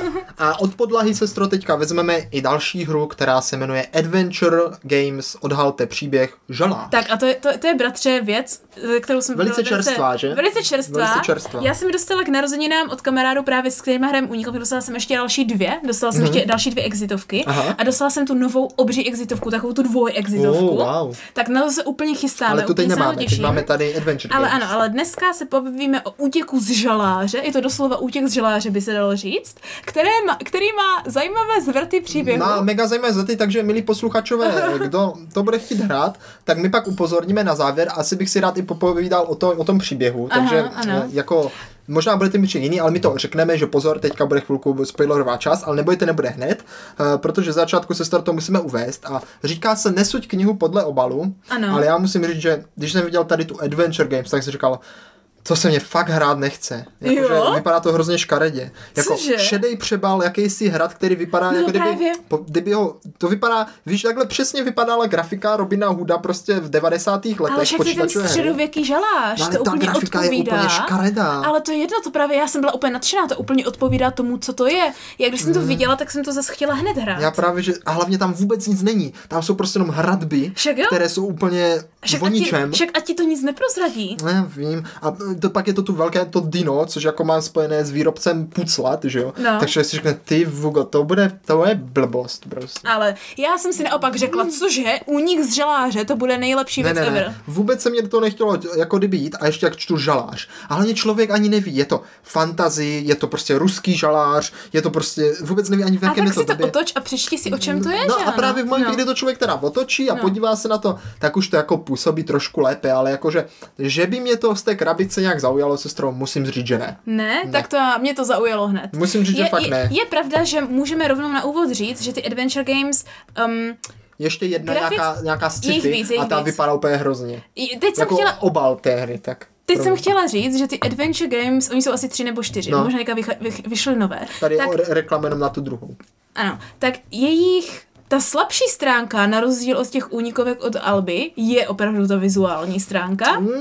A od podlahy, sestro, teďka vezmeme i další hru, která se jmenuje Adventure Games Odhalte příběh Žalář. Tak a to je, to, to je bratře věc, kterou jsem Velice čerstvá, že? Velice čerstvá. Velice čerstvá. Já jsem dostala k narozeninám od kamarádu právě s kterýma hrajem unikovky, dostala jsem ještě další dvě, dostala jsem mm-hmm. ještě další dvě exitovky. Aha. A dostala jsem tu novou obří exitovku, takovou tu dvoj exitovku. Oh, wow. Tak na to se úplně chystáme. Ale tu teď nemáme, teď máme tady Adventure Ale Games. ano, ale dneska se pobavíme o útěku z žaláře, je to doslova útěk z žaláře, by se dalo říct, které má, který má zajímavé zvrty příběhu. Má mega zajímavé zvrty, takže milí posluchačové, kdo to bude chtít hrát, tak my pak upozorníme na závěr, asi bych si rád i popovídal o, to, o tom příběhu, Aha, takže ano. jako možná budete mít jiný, ale my to řekneme, že pozor, teďka bude chvilku spoilerová část, ale nebojte, nebude hned, uh, protože z začátku se to musíme uvést a říká se nesuď knihu podle obalu, ano. Ale já musím říct, že když jsem viděl tady tu Adventure Games, tak jsem říkal, to se mě fakt hrát nechce. Jako, vypadá to hrozně škaredě. Jako Cože? šedej přebal, jakýsi hrad, který vypadá no, jako kdyby, po, kdyby ho, to vypadá, víš, takhle přesně vypadala grafika Robina Hooda prostě v devadesátých letech. Ale však je ten středověký žalář, no, to ta úplně grafika odpovídá. Je úplně škaredá. Ale to je jedno, to právě já jsem byla úplně nadšená, to úplně odpovídá tomu, co to je. Já když jsem to viděla, tak jsem to zase chtěla hned hrát. Já právě, že a hlavně tam vůbec nic není. Tam jsou prostě jenom hradby, které jsou úplně o ničem. Však a ti to nic neprozradí. Ne, vím. A to pak je to tu velké to dino, což jako mám spojené s výrobcem puclat, že jo. No. Takže si řekne, ty Vugo, to bude, to je blbost prostě. Ale já jsem si naopak řekla, cože, únik z žaláře, to bude nejlepší ne, věc ne, ever. Ne. Vůbec se mě to nechtělo jako kdyby jít a ještě jak čtu žalář. A hlavně člověk ani neví, je to fantasy, je to prostě ruský žalář, je to prostě, vůbec neví ani v jakém je to to. A tak si době. to otoč a přečti si, o čem to je, No že a právě v momentě, no. kdy to člověk teda otočí a no. podívá se na to, tak už to jako působí trošku lépe, ale jakože, že by mě to z té krabice nějak zaujalo, sestrou, musím říct, že ne. Ne, ne, tak to mě to zaujalo hned. Musím říct, je, že fakt je, ne. Je pravda, že můžeme rovnou na úvod říct, že ty Adventure Games um, ještě jedna grafic... nějaká, nějaká sci-fi víc, a ta víc. vypadá úplně hrozně. Teď jsem jako chtěla... obal té hry, tak. Teď jsem chtěla říct, že ty Adventure Games, oni jsou asi tři nebo čtyři, no. možná vy, vy, vyšly nové. Tady tak, re- reklama jenom na tu druhou. Ano, tak jejich, ta slabší stránka, na rozdíl od těch únikovek od Alby, je opravdu ta vizuální stránka. Mm,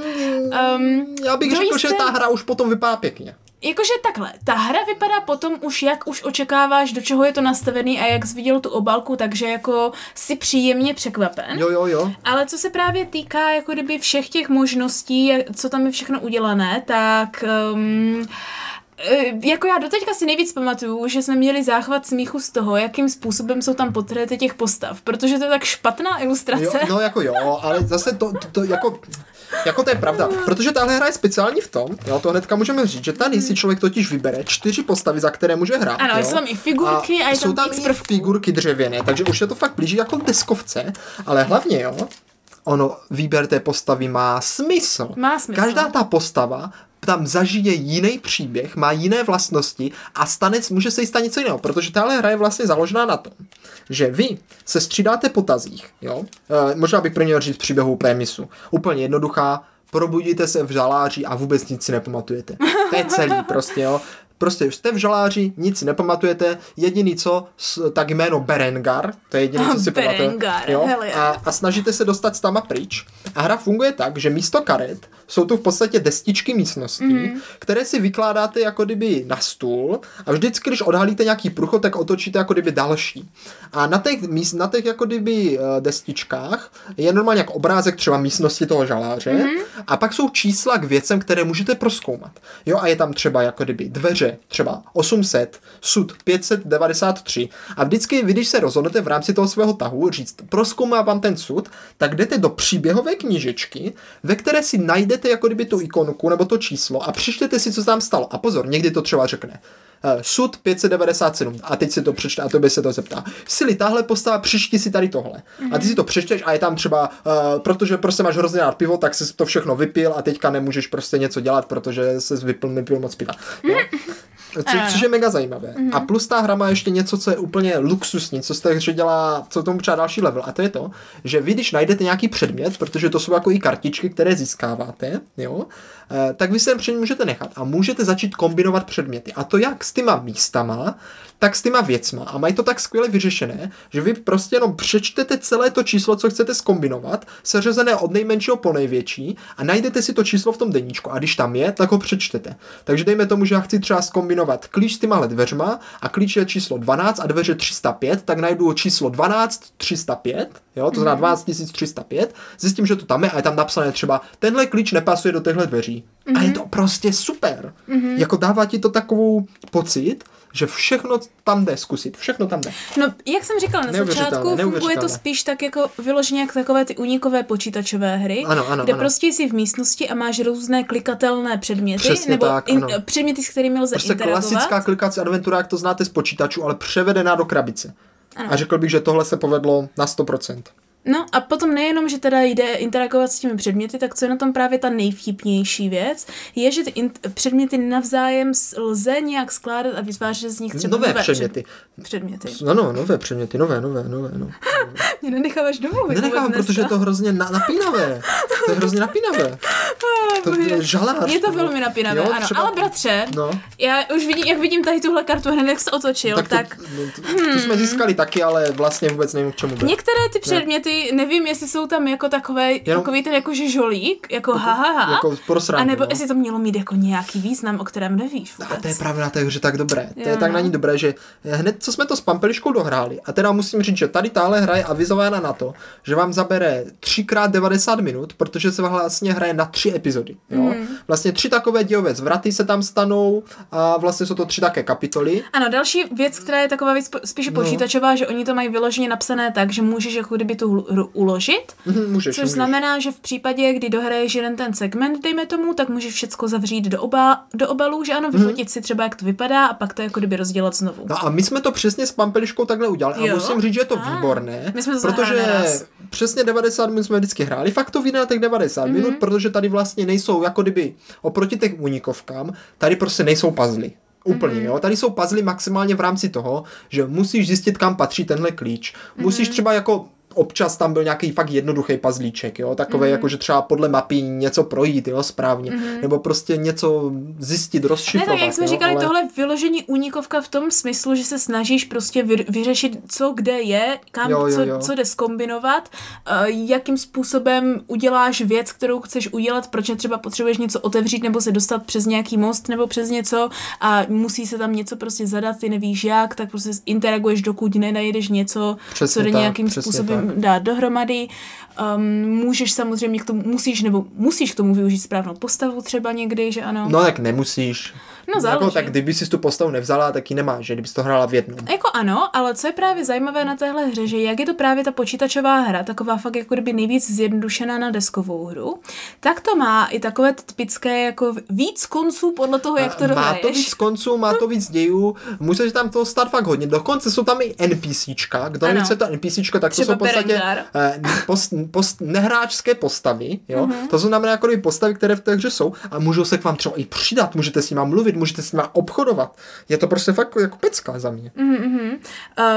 um, já bych řekl, jste... že ta hra už potom vypadá pěkně. Jakože takhle, ta hra vypadá potom už, jak už očekáváš, do čeho je to nastavený a jak jsi viděl tu obálku, takže jako si příjemně překvapen. Jo, jo, jo. Ale co se právě týká jako kdyby všech těch možností, co tam je všechno udělané, tak... Um, jako já doteďka si nejvíc pamatuju, že jsme měli záchvat smíchu z toho, jakým způsobem jsou tam portréty těch postav, protože to je tak špatná ilustrace. Jo, no jako jo, ale zase to, to, to jako... Jako to je pravda, protože tahle hra je speciální v tom, jo, to hnedka můžeme říct, že tady si člověk totiž vybere čtyři postavy, za které může hrát. Ano, jo? jsou tam i figurky a, a je jsou tam i figurky dřevěné, takže už je to fakt blíží jako deskovce, ale hlavně jo, ono, výběr té postavy má smysl. Má smysl. Každá ta postava tam zažije jiný příběh, má jiné vlastnosti a stane, může se jí stát něco jiného, protože tahle hra je vlastně založená na tom, že vy se střídáte po tazích, jo? E, možná bych pro něj říct příběhovou prémisu. Úplně jednoduchá, probudíte se v žaláři a vůbec nic si nepamatujete. To je celý prostě, jo. Prostě jste v žaláři, nic si nepamatujete, jediný co, tak jméno Berengar, to je jediný, co si pamatujete. A, a snažíte se dostat s tama pryč. A hra funguje tak, že místo karet jsou tu v podstatě destičky místností, mm. které si vykládáte jako kdyby na stůl a vždycky, když odhalíte nějaký průchod, tak otočíte jako kdyby další. A na těch, na těch jako kdyby destičkách je normálně jak obrázek třeba místnosti toho žaláře mm. a pak jsou čísla k věcem, které můžete prozkoumat. Jo, a je tam třeba jako kdyby dveře, třeba osm set, sud pět set devadesát tři a vždycky vy, když se rozhodnete v rámci toho svého tahu říct, prozkoumávám ten sud, tak jdete do příběhové knížečky, ve které si najdete jako kdyby tu ikonku nebo to číslo a přečtěte si, co se tam stalo. A pozor, někdy to třeba řekne. Uh, sud pět set devadesát sedm a teď si to přečte a tobě se to zeptá. Sili, tahle postava, přečti si tady tohle. Mm-hmm. A ty si to přečteš a je tam třeba, uh, protože prostě máš hrozně rád pivo, tak jsi to všechno vypil a teďka nemůžeš prostě něco dělat, protože jsi vypil, vypil moc piva. Jo? Co, což je mega zajímavé. Mm-hmm. A plus ta hra má ještě něco, co je úplně luxusní, co z té hře dělá, co tomu třeba další level. A to je to, že vy, když najdete nějaký předmět, protože to jsou jako i kartičky, které získáváte, jo, tak vy se před můžete nechat a můžete začít kombinovat předměty. A to jak s těma místama, tak s těma věcma. A mají to tak skvěle vyřešené, že vy prostě jenom přečtete celé to číslo, co chcete zkombinovat, seřazené od nejmenšího po největší a najdete si to číslo v tom deníčku. A když tam je, tak ho přečtete. Takže dejme tomu, že já chci třeba zkombinovat klíč s těmahle dveřma a klíč je číslo dvanáct a dveře tři sta pět, tak najdu číslo dvanáct tři sta pět, jo, to znamená dvanáct tisíc tři sta pět, zjistím, že to tam je a je tam napsané třeba tenhle klíč nepasuje do těchto dveří. Mm-hmm. A je to prostě super. Mm-hmm. Jako dává ti to takovou pocit, že všechno tam jde zkusit, všechno tam jde. No, jak jsem říkala na začátku, funguje to spíš tak jako vyloženě jak takové ty únikové počítačové hry, ano, ano, kde ano. prostě jsi v místnosti a máš různé klikatelné předměty, přesně nebo tak, in, předměty, s kterými lze prostě interagovat. Klasická klikací adventura, jak to znáte z počítačů, ale převedená do krabice. Ano. A řekl bych, že tohle se povedlo na sto procent. No a potom nejenom, že teda jde interagovat s těmi předměty, tak co je na tom právě ta nejvtipnější věc, je, že ty in- předměty navzájem lze nějak skládat a vytvářet z nich třeba nové, nové předměty. předměty. No, no, nové předměty, nové, nové, nové, no. Mě nenecháváš domluvit. Nenechám, protože je to hrozně na- napínavé. To je hrozně napínavé. To je žalář. Je to velmi napínavé, jo, ano. Třeba... Ale bratře, no. Já už vidím, jak vidím tady tuhle kartu, hned jak se otočil, tak... To, tak... No, to, to, to jsme získali taky, ale vlastně vůbec nevím, k čemu bude. Některé ty předměty, ne. nevím, jestli jsou tam jako takové, Jenom... takový ten jakože žolík, jako ha, ha, ha. Jako prosrandu, a nebo no. jestli to mělo mít jako nějaký význam, o kterém nevíš vůbec. A to je právě na té hře tak dobré. To jo, je tak no. na ní dobré, že hned co jsme to s Pampeliškou dohráli, a teda musím říct, že tady tahle hra je avizována na to, že vám zabere tři krát devadesát minut, protože se vlastně hraje na tři epizody. Jo? Mm. Vlastně tři takové dějové zvraty se tam stanou a vlastně jsou to tři také kapitoly. Ano, další věc, která je taková věc spíše no. počítačová, že oni to mají vyloženě napsané tak, že můžeš jako kdyby tu hru uložit. Mm, můžeš, což můžeš. znamená, že v případě, kdy dohraješ jeden ten segment, dejme tomu, tak můžeš všecko zavřít do, oba, do obalů, že ano, vyfotit mm. si třeba, jak to vypadá a pak to jako kdyby rozdělat znovu. No a my jsme to přesně s Pampeliškou takhle udělali jo? A musím říct, že je to a, výborné, my jsme to protože přesně devadesát minut jsme vždycky hráli, fakt to vyjde na těch devadesát mm-hmm. minut, protože tady vlastně nejsou jako kdyby oproti těch unikovkám, tady prostě nejsou puzzly. Úplně, mm-hmm. jo. Tady jsou puzzly maximálně v rámci toho, že musíš zjistit, kam patří tenhle klíč. Mm-hmm. Musíš třeba jako občas tam byl nějaký fakt jednoduchý puzzlíček, jo, takové mm-hmm. jako, že třeba podle mapy něco projít, jo, správně, mm-hmm. nebo prostě něco zjistit, rozšifrovat. Ne, tak jak jsme jo, říkali, ale... tohle vyložení únikovka v tom smyslu, že se snažíš prostě vy, vyřešit, co kde je, kam, jo, jo, jo. Co, co jde zkombinovat, uh, jakým způsobem uděláš věc, kterou chceš udělat, proč třeba potřebuješ něco otevřít, nebo se dostat přes nějaký most, nebo přes něco a musí se tam něco prostě zadat, ty nevíš jak, tak prostě interaguješ, dokud nenajdeš něco, přesně co jde tak, nějakým způsobem tak. dát dohromady. Um, můžeš samozřejmě k tomu, musíš nebo musíš k tomu využít správnou postavu třeba někdy, že ano? No tak nemusíš. No záleží. Jako, tak kdyby si tu postavu nevzala, tak ji nemáš, že kdyby si to hrála v jednom. Jako ano, ale co je právě zajímavé na téhle hře, že jak je to právě ta počítačová hra, taková fakt jako kdyby nejvíc zjednodušená na deskovou hru, tak to má i takové typické jako víc konců podle toho, jak to dohraješ. Má to víc konců, má to víc dějů, můžeš tam toho stát fakt hodně. Dokonce jsou tam i NPCčka, kdo neví, co je to NPCčka, tak to třeba jsou v podstatě eh, post, post, nehráčské postavy, jo. Mm-hmm. To znamená jako postavy, které v té hře jsou a můžou se k vám třeba i přidat, můžete s nimi mluvit, můžete s nimi obchodovat. Je to prostě fakt jako pecka za mě. Mm-hmm. Uh...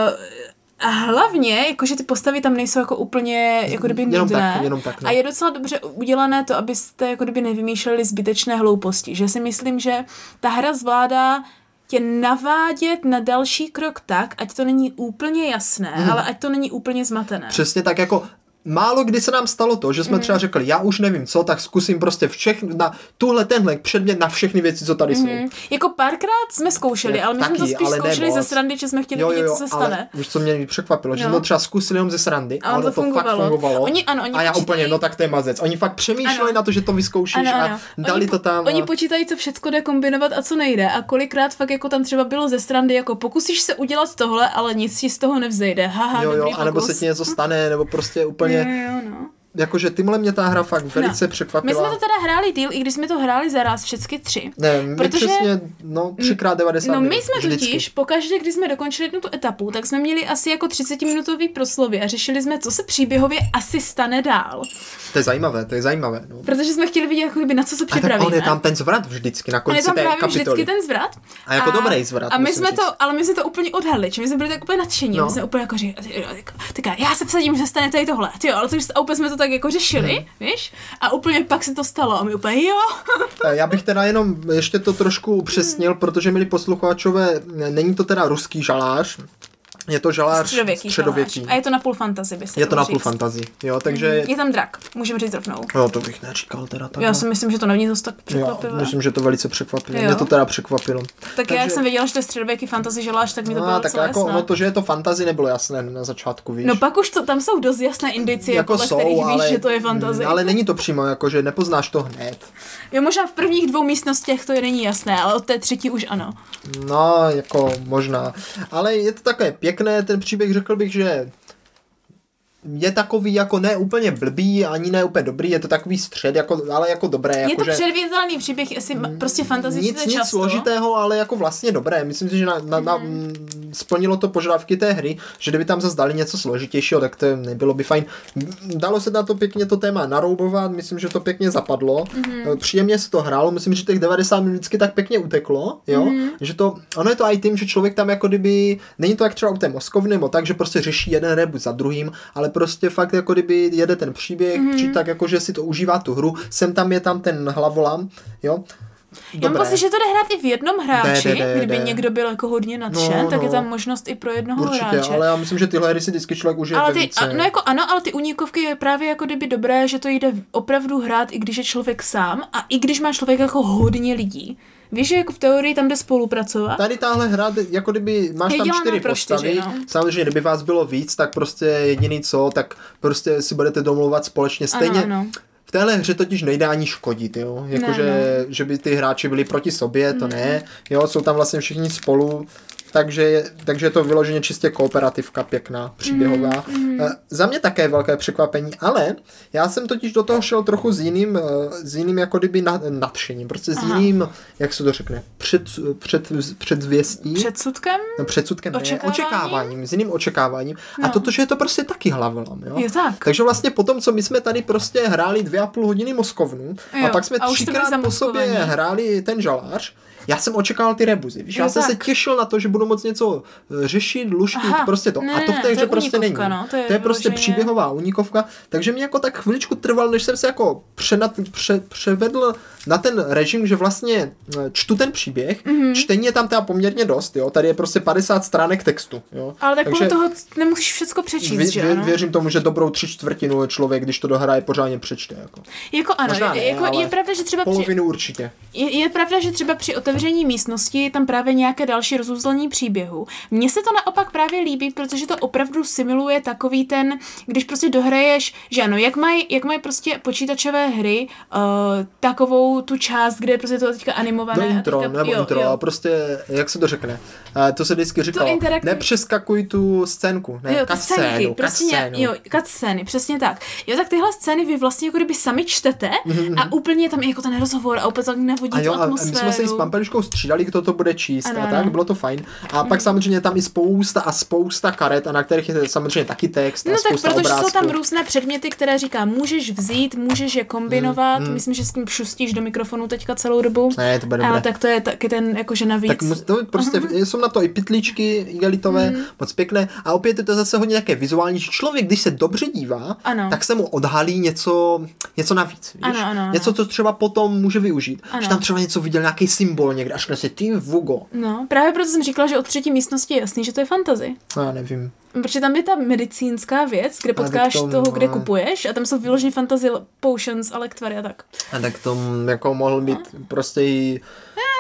A hlavně, jakože ty postavy tam nejsou jako úplně jako kdyby nudné. Jenom tak, jenom tak, no. A je docela dobře udělané to, abyste jako kdyby nevymýšleli zbytečné hlouposti. Že si myslím, že ta hra zvládá tě navádět na další krok tak, ať to není úplně jasné, mm. ale ať to není úplně zmatené. Přesně tak, jako málo kdy se nám stalo to, že jsme mm. třeba řekli, já už nevím co, tak zkusím prostě všechny, na tuhle tenhle předmět na všechny věci, co tady mm. jsou. Jako párkrát jsme zkoušeli, ale my taky, jsme to spíš zkoušeli ze srandy, že jsme chtěli jo, jo, vidět, co se stane. Ale víš, co mě překvapilo, že no. jsme to třeba zkusili jenom ze srandy, a ale to, to fakt fungovalo. Oni, ano, oni a já počítají... úplně, no tak to je mazec. Oni fakt přemýšleli ano. na to, že to vyzkoušíš ano, ano. a dali oni, to tam. Oni a... počítají, co všecko jde kombinovat a co nejde. A kolikrát fakt jako tam třeba bylo ze srandy, jako pokusíš se udělat tohle, ale nic ti z toho nevzejde. Haha, jo, jo, dobrý anebo pokus. se ti něco stane, nebo prostě úplně... Jo, jo, no. jakože tímhle mě ta hra fakt velice no. překvapila. My jsme to teda hráli díl, i když jsme to hráli zaraz všechny tři. Ne, my protože, přesně, no, třikrát devadesát No minut, my jsme vždycky. totiž, pokaždé, když jsme dokončili jednu tu etapu, tak jsme měli asi jako třicetiminutový proslovy a řešili jsme, co se příběhově asi stane dál. To je zajímavé, to je zajímavé. No. Protože jsme chtěli vidět, jako by na co se připravíme. A tak on je tam ten zvrat vždycky na konci té kapitoly. On je tam právě vždycky ten zvrat. A jako a, dobrý zvrat. A my jsme říct. to, ale my jsme to úplně odhadli, či my jsme byli tak úplně nadšení. No. My jsme úplně jako říkali, tyka, já se vsadím, že stane tady tohle. Tyjo, ale to, a úplně jsme to tak jako řešili, hmm. víš? A úplně pak se to stalo a my úplně jo. Já bych teda jenom ještě to trošku upřesnil, hmm. protože milí posluchačové, není to teda ruský žalář. Je to žalář středověký. středověký. A je to napůl fantasy, by se Je to napůl říct. fantasy, jo, takže... Je tam drak, můžeme říct rovnou. No, to bych neříkal teda tak. Já si myslím, že to není dost tak překvapivé. Já myslím, že to velice překvapilo. Mě to teda překvapilo. Tak takže... já, jak jsem věděla, že to je středověký fantasy žalář, tak mi to no, bylo tak docela jako jasné. ono to, že je to fantasy, nebylo jasné na začátku, víš. No pak už to, tam jsou dost jasné indicie, jako podle jsou, kterých ale, víš, že to je fantasy. Ale není to přímo, jako že nepoznáš to hned. Jo, možná v prvních dvou místnostech to je není jasné, ale od té třetí už ano. No, jako možná. Ale je to také pěkné, ten příběh, řekl bych, že je takový jako ne úplně blbý, ani ne úplně dobrý, je to takový střed, jako, ale jako dobré. Jako je to že předvídatelný příběh, asi prostě fantasy nic, nic často. složitého, ale jako vlastně dobré. Myslím si, že na, na, na, mm. splnilo to požadavky té hry, že kdyby tam zase dali něco složitějšího, tak to nebylo by fajn. Dalo se na to pěkně to téma naroubovat, myslím, že to pěkně zapadlo. Mm. Příjemně se to hrálo, myslím, že těch devadesát minut vždycky tak pěkně uteklo, jo? Mm. Že to, ono je to i tím, že člověk tam jako kdyby, není to jak třeba u té Moskovny, nebo tak, že prostě řeší jeden rebus za druhým, ale prostě fakt jako kdyby jede ten příběh, mm. při tak jako, že si to užívá tu hru, sem tam je tam ten hlavolam, jo. Já mám pocit, že to jde hrát i v jednom hráči, de, de, de, kdyby de. někdo byl jako hodně nadšen, no, tak no. je tam možnost i pro jednoho Určitě, hráče. Určitě, ale já myslím, že tyhle hry si vždycky člověk užije ale ty, více. a, no jako ano, ale ty uníkovky je právě jako kdyby dobré, že to jde opravdu hrát, i když je člověk sám a i když má člověk jako hodně lidí. Víš, že jako v teorii tam jde spolupracovat? Tady tahle hra, jako kdyby máš tam čtyři postavy, čtyři, no. Samozřejmě, kdyby vás bylo víc, tak prostě jediný co, tak prostě si budete domlouvat společně stejně. Ano, ano. V téhle hře totiž nejde ani škodit, jo, jakože, že by ty hráči byli proti sobě, to ne, ne. Jo, jsou tam vlastně všichni spolu, takže, takže je to vyloženě čistě kooperativka pěkná, příběhová. Mm, mm. Za mě také velké překvapení, ale já jsem totiž do toho šel trochu s jiným, s jiným jako kdyby nadšením, prostě s Aha. jiným, jak se to řekne, před, před, předzvěstí. Předsudkem? No, předsudkem ne, očekáváním? očekáváním, s jiným očekáváním. No. A toto, že je to prostě taky hlavolam, jo. Je tak. Takže vlastně potom, co my jsme tady prostě hráli dvě a půl hodiny Moskovnu, jo. A pak jsme a třikrát po sobě hráli ten žalář, já jsem očekával ty rebuzy, víš, jo, já jsem tak. se těšil na to, že budu moc něco řešit, luštit, Aha, prostě to. Ne, a to v té hře prostě není. No, to je, to je prostě příběhová unikovka, takže mě jako tak chviličku trvalo, než jsem se jako přenat, pře, převedl na ten režim, že vlastně čtu ten příběh, mm-hmm. čtení je tam teda poměrně dost, jo, tady je prostě padesát stránek textu, jo. Ale tak takže toho nemusíš všecko přečíst, vě, že ano? Věřím tomu, že dobrou tři čtvrtinu člověk, když to dohraje, pořádně přečte, jako. Jako ano, Možná ne, jako je pravda, že třeba polovinu při, určitě. Je, je pravda, že třeba při otevření místnosti je tam právě nějaké další rozuzlení příběhu. Mně se to naopak právě líbí, protože to opravdu simuluje takový ten, když prostě dohraješ, že ano, jak mají jak maj prostě počítačové hry uh, takovou tu část, kde je prostě to teďka animované. Do intro, teďka, nebo jo, intro, jo. a prostě, jak se to řekne, uh, to se vždycky říkalo, interaktiv... nepřeskakuj tu scénku, ne, cutscénu, cutscény, jo, cutscény, přesně tak. Jo, tak tyhle scény vy vlastně jako kdyby sami čtete mm-hmm. a úplně tam je jako ten rozhovor a úplně tak navodí tu atmosféru. A my jsme se i s Pampeliškou střídali, kdo to bude číst ano, a tak, ano. Bylo to fajn. A pak mm. samozřejmě tam i spousta a spousta karet, a na kterých je samozřejmě taky text a no spousta tak, protože obrázků. jsou tam různé předměty, které říká, můžeš vzít, můžeš je kombinovat, mm, mm. myslím, že s tím šustíš do mikrofonu teďka celou dobu. Ne, to bude ale tak to je taky ten jakože navíc. Tak mus, to prostě uh-huh. jsou na to i pytlíčky igelitové, mm. moc pěkné a opět je to zase hodně nějaké vizuální, že člověk, když se dobře dívá, ano. tak se mu odhalí něco, něco navíc, víš? Ano, ano, ano. Něco, co třeba potom může využít. Ano. Že tam třeba něco viděl, nějaký symbol někde, až si ty vugo. No, právě proto jsem říkala, že od třetí místnosti je jasný, že to je fantasy. Já nevím. Protože tam je ta medicínská věc, kde potkáš tom, toho, kde kupuješ a tam jsou vyloženě fantasy potions a lektvary a tak. A tak to jako mohl být prostě i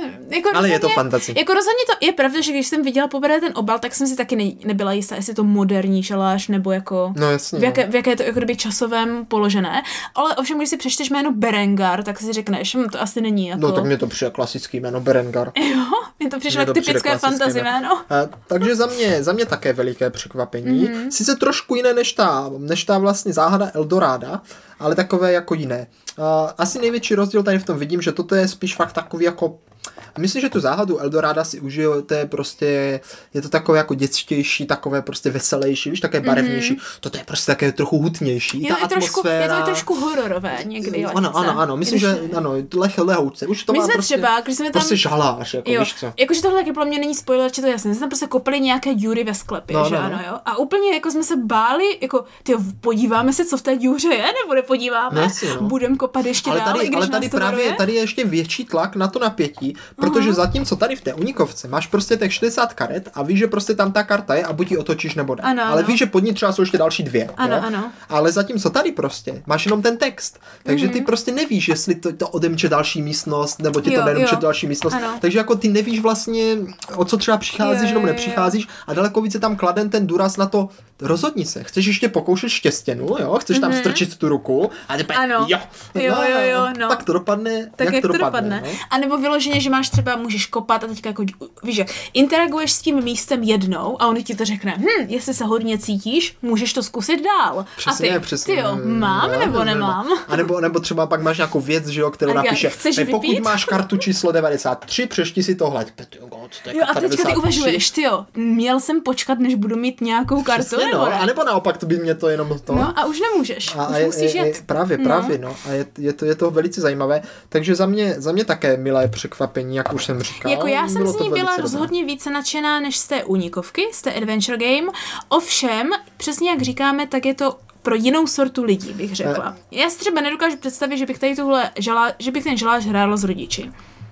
jako ale je to rozhodně- fantazie. Jako rozhodně to je pravda, že když jsem viděla poprvé ten obal, tak jsem si taky ne, nebyla jistá, jestli je to moderní žalář, nebo jako No jasně. v jaké, v jaké je to jako kdyby časovém položené. Ale ovšem, když si přečteš jméno Berengar, tak si řekneš, hm, to asi není jako... No tak mě to přijde klasický jméno Berengar. Jo, mně to přišlo Mně to jako přijde typické klasické fantasy jméno. A, takže za mě, za mě také veliké překvapení. Mm-hmm. Sice trošku jiné než ta, než ta vlastně záhada Eldoráda, ale takové jako jiné. A, asi největší rozdíl tady v tom vidím, že toto je spíš fakt takový jako... Myslím, že tu záhadu Eldoráda si užiju, to je prostě, je to takové jako dětštější, takové prostě veselější, víš, také barevnější. Mm-hmm. Toto je prostě také trochu hutnější. Je ta to, je trošku, je atmosféra... to trošku hororové někdy. Ano, ano, ano, ano, myslím, že ano, leh, lehouce. Už to My má jsme prostě, třeba, když jsme tam... prostě žalář, jako Jo, víš co. jakože tohle taky podle mě není spoiler, či to jasné. Jsme tam prostě kopali nějaké díry ve sklepě, No, že no, ano, no. jo. A úplně jako jsme se báli, jako, tyjo, podíváme se, co v té díře je, nebo nepodíváme. No, jasně, no. Budem kopat ještě Ale dál, tady, i když ale nás tady to právě varuje. tady je ještě větší tlak na to napětí, protože uh-huh. zatímco tady v té unikovce máš prostě těch šedesát karet a víš, že prostě tam ta karta je a buď ji otočíš nebo ne. Ano, ale ano. víš, že pod ní třeba jsou ještě další dvě. Ano, jo? ano. Ale zatímco tady prostě máš jenom ten text. Takže Mhm. ty prostě nevíš, jestli to, to odemče další místnost, nebo ti Jo, to neodemče jo. další místnost. Ano. Takže jako ty nevíš vlastně, o co třeba přicházíš Jo, nebo jo, nepřicházíš a daleko více tam kladen ten důraz na to, rozhodni se, chceš ještě pokoušet štěstěnu, jo, chceš tam Mhm. strčit tu ruku a teď Ano. jo, Jo, jo, jo, no. tak to dopadne, Tak jak, jak to to dopadne. dopadne. No? A nebo vyloženě, že máš třeba, můžeš kopat a teďka jako, víš, že interaguješ s tím místem jednou a on ti to řekne, hm, jestli se hodně cítíš, můžeš to zkusit dál. Přesně, a ty, přesně. ty jo, mám No, nebo no, nemám? A nebo, nebo třeba pak máš nějakou věc, že jo, kterou A já- napíše, chceš "Hej, pokud vypít?" máš kartu číslo devadesát tři, přešti si tohle. Jo, a teďka ty uvažuješ, ty jo, měl jsem počkat, než budu mít nějakou kartu, Přesně, nebo no. ne? A nebo naopak, to by mě to jenom to... No a už nemůžeš, A, už a je, musíš je, je, jet. právě, No. právě, no. A je, je, to, je to velice zajímavé. Takže za mě, za mě také milé překvapení, jak už jsem říkal. Jako já jsem Bylo z to ní byla velice rozhodně více nadšená než z té únikovky, z té adventure game. Ovšem, přesně jak říkáme, tak je to pro jinou sortu lidí, bych řekla. Já si třeba nedokážu představit, že bych tady tuhle žala, že bych ten žalář hrála s rodiči.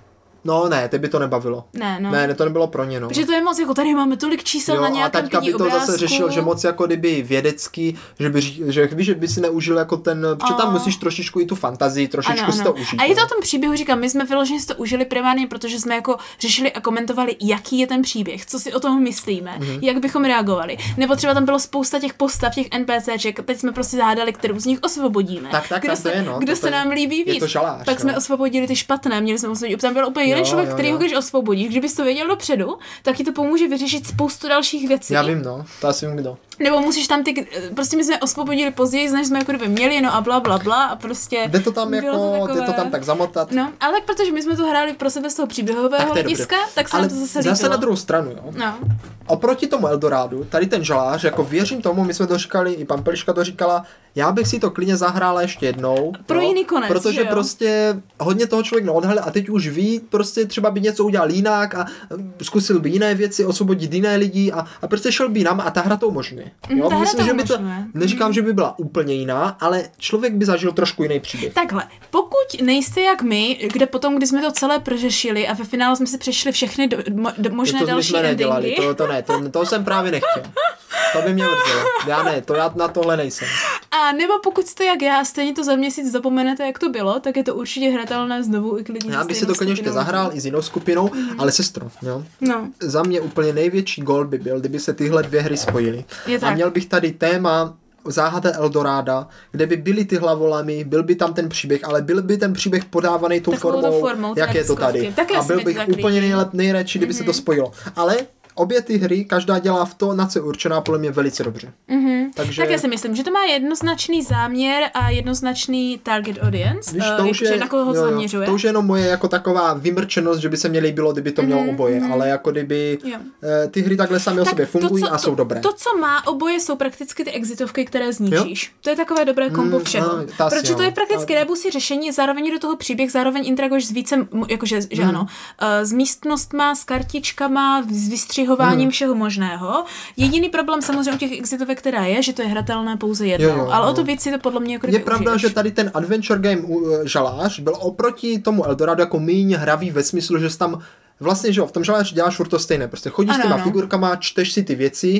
No ne, ty by to nebavilo. Ne, no. Ne, ne, to nebylo pro ně, no. Protože to je moc, jako tady máme tolik čísel Jo, na a nějakém taťka by to obrázku. zase řešil, že moc jako kdyby vědecký, že by, ří- že víš, že by si neužil jako ten, protože tam A. musíš trošičku i tu fantazii, trošičku Ano, si to ano. užít. A je to no. o tom příběhu, říkám, my jsme vyloženě si to užili primárně, protože jsme jako řešili a komentovali, jaký je ten příběh, co si o tom myslíme, Mhm. mm-hmm. jak bychom reagovali. Nebo třeba tam bylo spousta těch postav, těch NPCček, teď jsme prostě zahádali, kterou z nich osvobodíme. Tak, tak, kdo tak se, to je, no, kdo to se je- nám líbí je víc. to žalář, Pak no. jsme osvobodili ty špatné, měli jsme osvobodit. Tam byl úplně jeden Jo, člověk, jo, který jo. ho když osvobodíš, kdybys to věděl dopředu, tak ti to pomůže vyřešit spoustu dalších věcí. Já vím, no, to asi vím kdo. Nebo musíš tam ty, prostě my jsme osvobodili později, než jsme jako kdyby měli, no a bla bla bla a prostě... Jde to tam bylo jako, to takové- jde to tam tak zamotat. No, ale tak protože my jsme to hráli pro sebe z toho příběhového Tak to je hlediska, dobře. tak se Ale nám to zase zase líbilo. na druhou stranu, jo. No. Oproti tomu Eldorádu, tady ten žalář, jako věřím tomu, my jsme to říkali, i pan Peliška to říkala, já bych si to klidně zahrála ještě jednou. Pro jo, jiný konec, Protože že jo? prostě hodně toho člověk neodhalil a teď už ví, prostě třeba by něco udělal jinak a mm, zkusil by jiné věci, osvobodit jiné lidi a, a prostě šel by nám a ta hra to umožňuje. Mm, Jo? ta hra Myslím, to že by to, umožňuje. neříkám, že by byla úplně jiná, ale člověk by zažil trošku jiný příběh. Takhle, pokud nejste jak my, kde potom, když jsme to celé prořešili a ve finále jsme si přešli všechny do, mo, do, možné to, to další jsme nedělali, endingy. to, to ne, to, to jsem právě nechtěl. To by mě mrzelo. Já ne, to já na tohle nejsem. A nebo pokud jste jak já, stejně to za měsíc zapomenete, jak to bylo, tak je to určitě hratelné znovu i klidně. Já se bych si stejnou to klidně ještě skupinou. zahrál i s jinou skupinou, mm. ale sestro, jo. No. Za mě úplně největší gol by byl, kdyby se tyhle dvě hry spojily. Je A tak. měl bych tady téma Záhada Eldoráda, kde by byly ty hlavolamy, byl by tam ten příběh, ale byl by ten příběh podávaný tou Takovou formou, formou, té jak je to tady. deskovky. Také A se byl mi to bych tak úplně líbí. nejlep, nejradši, kdyby mm-hmm. se to spojilo. Ale obě ty hry, každá dělá v to, na co je určená, podle mě velice dobře. Mm-hmm. Takže... Tak já si myslím, že to má jednoznačný záměr a jednoznačný target audience. Víš, uh, to už jakože je, na koho jo, jo, zaměřuje. to už je jenom moje jako taková vymrčenost, že by se mě líbilo, kdyby to mělo Mhm, oboje, mhm. ale jako kdyby Jo. eh, ty hry takhle sami o sobě fungují to, co, a jsou to, dobré. To, co má oboje, jsou prakticky ty exitovky, které zničíš. Jo? To je takové dobré kombo Mm, všeho. ano, to asi Protože to jo. je prakticky Ale- rebusy řešení, zároveň do toho příběh, zároveň interaguješ s více, m- jakože, že Mm. ano, uh, s místnostma, s kartičkama, s vystřihováním Mm. všeho možného. Jediný problém samozřejmě u těch exitovek, která je, že to je hratelné pouze jednou. Jo, jo, ale jo. o to víc si to podle mě jako Je kdyby pravda, užiješ. že tady ten adventure game uh, žalář byl oproti tomu Eldorado jako méně hravý ve smyslu, že jsi tam vlastně, že jo, v tom žaláři děláš furt to stejné, prostě chodíš Ano, s těma ano. figurkama, čteš si ty věci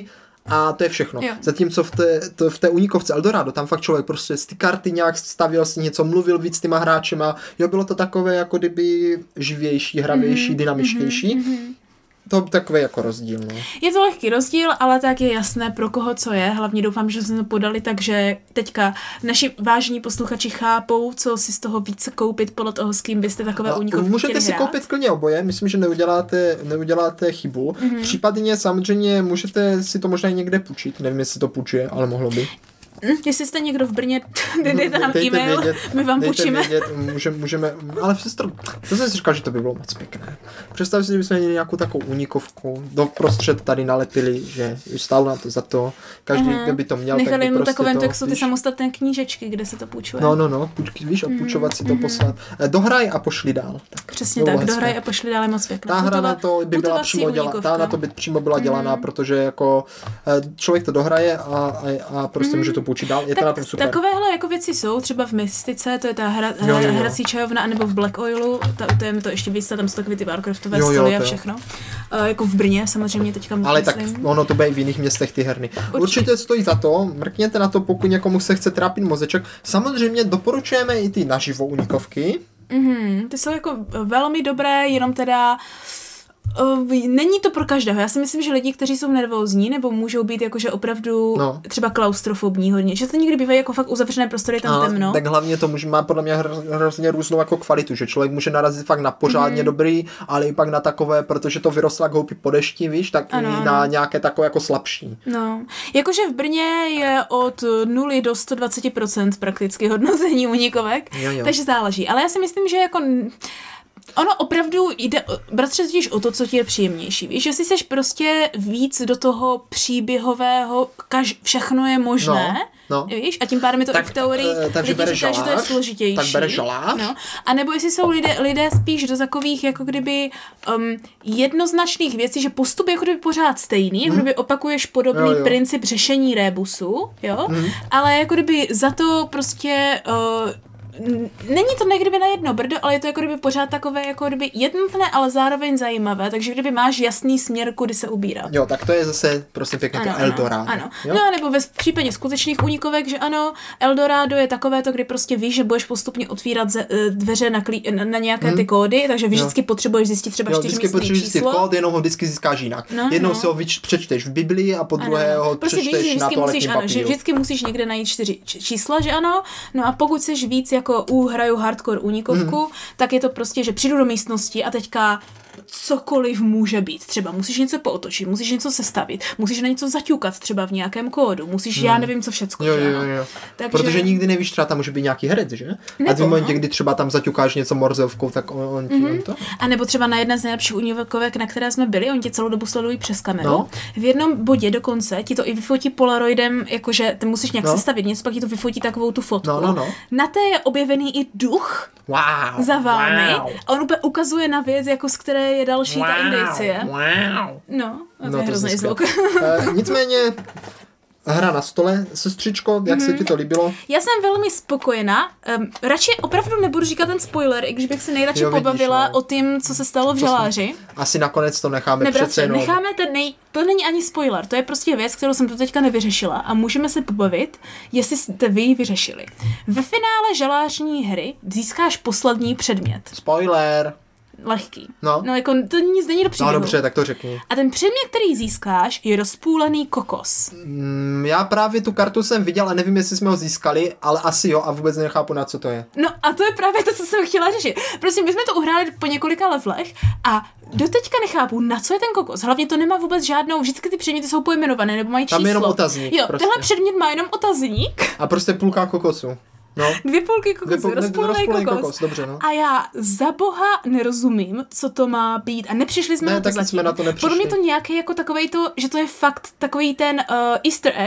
a to je všechno. Jo. Zatímco v té, to, v té unikovce Eldorado, tam fakt člověk prostě z ty karty nějak stavil si něco, mluvil víc s těma hráčema, jo, bylo to takové jako kdyby živější, hravější, mm-hmm, dynamičtější. Mm-hmm. To je takový jako rozdíl, no. Je to lehký rozdíl, ale tak je jasné, pro koho co je. Hlavně doufám, že jsme to podali, takže teďka naši vážení posluchači chápou, co si z toho více koupit podle toho, s kým byste takové unikovky můžete si hrát. koupit klidně oboje, myslím, že neuděláte, neuděláte chybu. Mm-hmm. Případně samozřejmě můžete si to možná někde půjčit, nevím, jestli to půjčuje, ale mohlo by. Hm, jestli jste někdo v Brně, dejte nám dejte e-mail, vědět, my vám půjčíme. Vědět, můžeme, můžeme, ale sestro, to jsem si říkal, že to by bylo moc pěkné. Představ si, že bychom měli nějakou takovou unikovku, doprostřed tady nalepili, že stálo na to za to, každý, uh-huh. kdo by to měl, nechali tak by prostě takovém to, textu ty samostatné knížečky, kde se to půjčuje. No, no, no, půjčky, víš, a půjčovat mm, si to mm. poslat. Dohraj a pošli dál. Tak, přesně tak, hezké. Dohraj a pošli dál je moc pěkné. Ta hra na to by byla přímo dělaná, ta na to by přímo byla dělaná, mm. protože jako člověk to dohraje a, a, a prostě mm. může to půjčit dál. Je to na tom super. Takovéhle jako věci jsou, třeba v Mystice, to je ta hra, jo, jo, jo. hrací čajovna, nebo v Black Oilu, ta, to je mi to ještě víc, tam jsou takové ty Warcraftové jo, jo, stoly a všechno. Uh, jako v Brně samozřejmě teďka ale myslím. Tak ono to bude i v jiných městech ty herny. Určitě. Určitě stojí za to, mrkněte na to, pokud někomu se chce trápit mozeček. Samozřejmě doporučujeme i ty naživo unikovky. Mm-hmm, ty jsou jako velmi dobré, jenom teda Uh, není to pro každého. Já si myslím, že lidi, kteří jsou nervózní, nebo můžou být jakože opravdu no. třeba klaustrofobní hodně, že to někdy bývají jako fakt uzavřené prostory, tam a, temno. Tak hlavně to může, má podle mě hrozně různou jako kvalitu, že člověk může narazit fakt na pořádně mm. dobrý, ale i pak na takové, protože to vyrostlo jak houpí po dešti, víš, tak ano, i na ano. nějaké takové jako slabší. No, jakože v Brně je od nuly do sto dvacet procent prakticky hodnocení unikovek, jo, jo. takže záleží. Ale já si myslím, že jako ono opravdu jde, bratře, totiž o to, co ti je příjemnější. Víš, jestli seš prostě víc do toho příběhového, kaž, všechno je možné, no, no. víš, a tím pádem je to tak, i v teorii, takže lidi říkají, že to je složitější. Tak bere žalář. No. A nebo jestli jsou lidé, lidé spíš do takových, jako kdyby um, jednoznačných věcí, že postup je jako kdyby pořád stejný, hmm. jako kdyby opakuješ podobný jo, jo. princip řešení rébusu, jo, hmm. ale jako kdyby za to prostě uh, není to někdyby na jedno brdo, ale je to jako kdyby pořád takové jako kdyby jednotné, ale zároveň zajímavé, takže kdyby máš jasný směr, kudy se ubírat. Jo, tak to je zase prostě pěkně to Eldorado. Ano, ano. No nebo ve případě skutečných unikovek, že ano, Eldorado je takové to, kdy prostě víš, že budeš postupně otvírat ze, dveře na, klí, na, na nějaké hmm. ty kódy, takže vždycky jo. potřebuješ zjistit třeba jo, čtyřmístné číslo. Vždycky potřebuješ zjistit kód, jenom ho vždycky získáš jinak. No, jednou no. si ho vyč, přečteš v Biblii a po druhé ho prostě přečteš víš, na toaletním papíru. Že vždycky musíš někde najít čtyři čísla, že ano. No a pokud seš víc jako uhraju hardcore unikovku, mm. tak je to prostě, že přijdu do místnosti a teďka cokoliv může být. Třeba musíš něco pootočit, musíš něco sestavit, musíš na něco zaťukat třeba v nějakém kódu, musíš, hmm. já nevím co všecko. Jo, jo, jo. Takže... Protože nikdy nevíš, třeba tam může být nějaký herec, že? Nebo, a v momentě, kdy třeba tam zaťukáš něco morzovkou, tak on, on, mm-hmm. on to... A nebo třeba na jedné z nejlepších unikovek, na které jsme byli, oni tě celou dobu sledují přes kameru. No. V jednom bodě dokonce ti to i vyfotí polaroidem, jakože ty musíš nějak no. sestavit něco, pak ti to vyfotí takovou tu fotku. No, no, no. Na té je objevený i duch wow. za vámi. Wow. A on úplně ukazuje na věc, jako z které je další wow. ta indicie. Wow. No, to no, je hrozný zvuk. uh, nicméně hra na stole, sestřičko, jak mm. se ti to líbilo? Já jsem velmi spokojená. Um, radši opravdu nebudu říkat ten spoiler, i když bych se nejradši jo, vidíš, pobavila no. o tím, co se stalo v žaláři. Asi nakonec to necháme Nebratře, přece jenom. necháme ten nej... To není ani spoiler, to je prostě věc, kterou jsem do teďka nevyřešila a můžeme se pobavit, jestli jste vy ji vyřešili. Ve finále žalářní hry získáš poslední předmět. Spoiler. Lehký. No. no, jako to nic není do příběhu. No dobře, tak to řekni. A ten předmět, který získáš, je rozpůlený kokos. Mm, já právě tu kartu jsem viděl a nevím, jestli jsme ho získali, ale asi jo a vůbec nechápu, na co to je. No a to je právě to, co jsem chtěla řešit. Prostě my jsme to uhráli po několika levelech a doteďka nechápu, na co je ten kokos. Hlavně to nemá vůbec žádnou, vždycky ty předměty jsou pojmenované nebo mají číslo. Tam je jenom otazník. Jo, prostě. Tenhle předmět má jenom otazník. A prostě půlka kokosu. No. Dvě půlky kokosu, rozpůlený kokos. kokos. Dobře, no. A já za boha nerozumím, co to má být. A nepřišli jsme ne, na to taky zatím. jsme na to nepřišli. Podle mě to nějaké jako takovej to, že to je fakt takový ten uh, easter egg,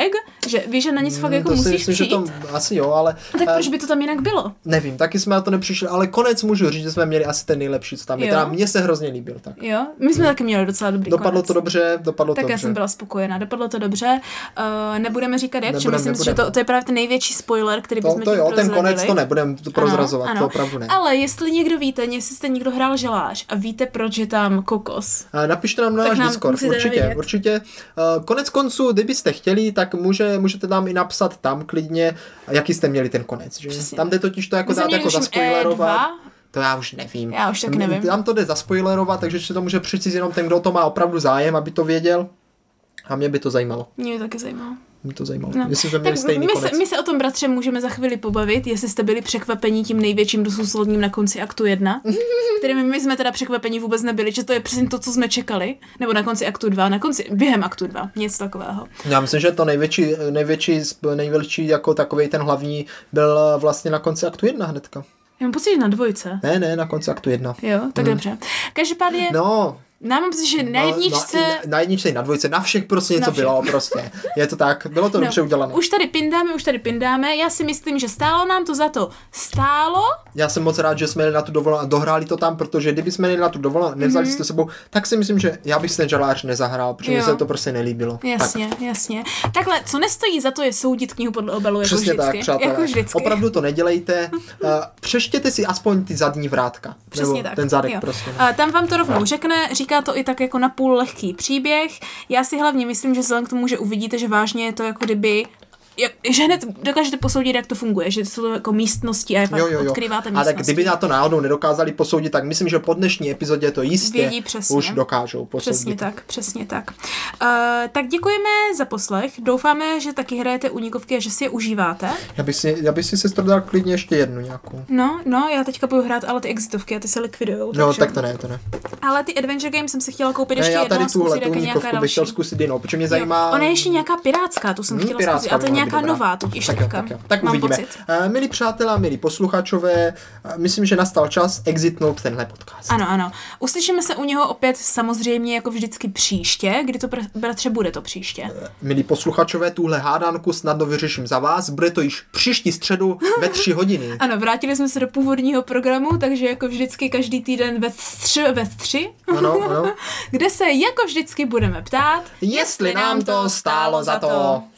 Že víš, že na nic fakt jako to musíš myslím, přijít. Že to asi jo, ale... A tak proč by to tam jinak bylo? Nevím, taky jsme na to nepřišli, ale konec můžu říct, že jsme měli asi ten nejlepší, co tam je. Teda mně se hrozně líbil. Tak. Jo, my jsme hmm. taky měli docela dobrý Dopadlo konec. to dobře, dopadlo tak to dobře. Tak já jsem byla spokojená, dopadlo to dobře. Uh, nebudeme říkat jak, nebudem, myslím si, že to, to je právě ten největší spoiler, který to, bychom to tím jo, prozradili. ten konec to nebudeme prozrazovat, ano, ano. to opravdu ne. Ale jestli někdo víte, jestli jste někdo hrál žalář a víte, proč je tam kokos. A napište nám na náš Discord, určitě, určitě. Uh, konec konců, kdybyste chtěli, tak může, můžete nám i napsat tam klidně, jaký jste měli ten konec. Že? Tam jde totiž to jako dát jako zaspoilerovat. To já už nevím. Já už tak nevím. Tam to jde zaspoilerovat, takže si to může přečíst jenom ten, kdo to má opravdu zájem, aby to věděl. A mě by to zajímalo. Mě by taky zajímalo. Mě to zajímalo. No. Myslím, že měli tak stejný my konec. Se, my se o tom, bratře, můžeme za chvíli pobavit, jestli jste byli překvapení tím největším dosůsledním na konci aktu jedna, kterými my jsme teda překvapení vůbec nebyli, že to je přesně to, co jsme čekali, nebo na konci aktu dva, na konci, během aktu dva, něco takového. Já myslím, že to největší, největší, největší jako takovej ten hlavní byl vlastně na konci aktu jedna hnedka. Já mám pocit, že na dvojce. Ne, ne, na konci aktu jedna. Jo, tak hmm. dobře. Každopádně... No... Já mám pocit, že na jedničce... No, na, na jedničce i na dvojce, na všech prostě něco všech. Bylo prostě. Je to tak, bylo to no, dobře udělané. Už tady pindáme, už tady pindáme. Já si myslím, že stálo nám to za to. Stálo? Já jsem moc rád, že jsme jeli na tu dovolenou a dohráli to tam, protože kdyby jsme jeli na tu dovolenou a nevzali mm-hmm. si to sebou, tak si myslím, že já bych si ten žalář nezahrál, protože mi se to prostě nelíbilo. Jasně, tak. jasně. Takhle, co nestojí za to je soudit knihu podle obalu, jako přesně vždycky. Tak, přátelé. Jako vždycky. Opravdu to nedělejte. Uh, přeštěte si aspoň ty zadní vrátka. Přesně tak. Ten zadek jo. prostě. A tam vám to rovnou řekne, říká to i tak jako na půl lehký příběh. Já si hlavně myslím, že vzhledem k tomu, že uvidíte, že vážně je to jako kdyby Jak, že hned dokážete posoudit, jak to funguje, že jsou to jako místnosti a jo, jo, jo. odkrýváte místnosti. A tak kdyby na to náhodou nedokázali posoudit, tak myslím, že po dnešní epizodě to jistě už dokážou posoudit. Přesně tak, přesně tak. Uh, tak děkujeme za poslech, doufáme, že taky hrajete Únikovky a že si je užíváte. Já bych si, já bych si sestro dal klidně ještě jednu nějakou. No, no, já teďka budu hrát ale ty exitovky a ty se likvidujou. No, tak to ne, to ne. Ale ty Adventure Games jsem si chtěla koupit ne, ještě já tady jednou a zkusit, jak je nějaká další. Bych chtěl zkusit jinou, protože mě zajímá... Ona je ještě nějaká pirátská, tu jsem hmm, chtěla zkusit, a to je nějaká nová, totiž tak teďka. Jo, tak jo. Tak mám uvidíme. Pocit. Uh, milí přátelé, milí posluchačové, uh, myslím, že nastal čas exitnout tenhle podcast. Ano, ano. Uslyšíme se u něho opět samozřejmě jako vždycky příště. Kdy to, bratře, bude to příště? Uh, milí posluchačové, tuhle hádanku snadno vyřeším za vás. Bude to již příští středu ve tři hodiny. Ano, vrátili jsme se do původního programu, takže jako vždycky každý týden ve tři, ve tři. Ano, ano. Kde se jako vždycky budeme ptát, jestli nám to stálo za to.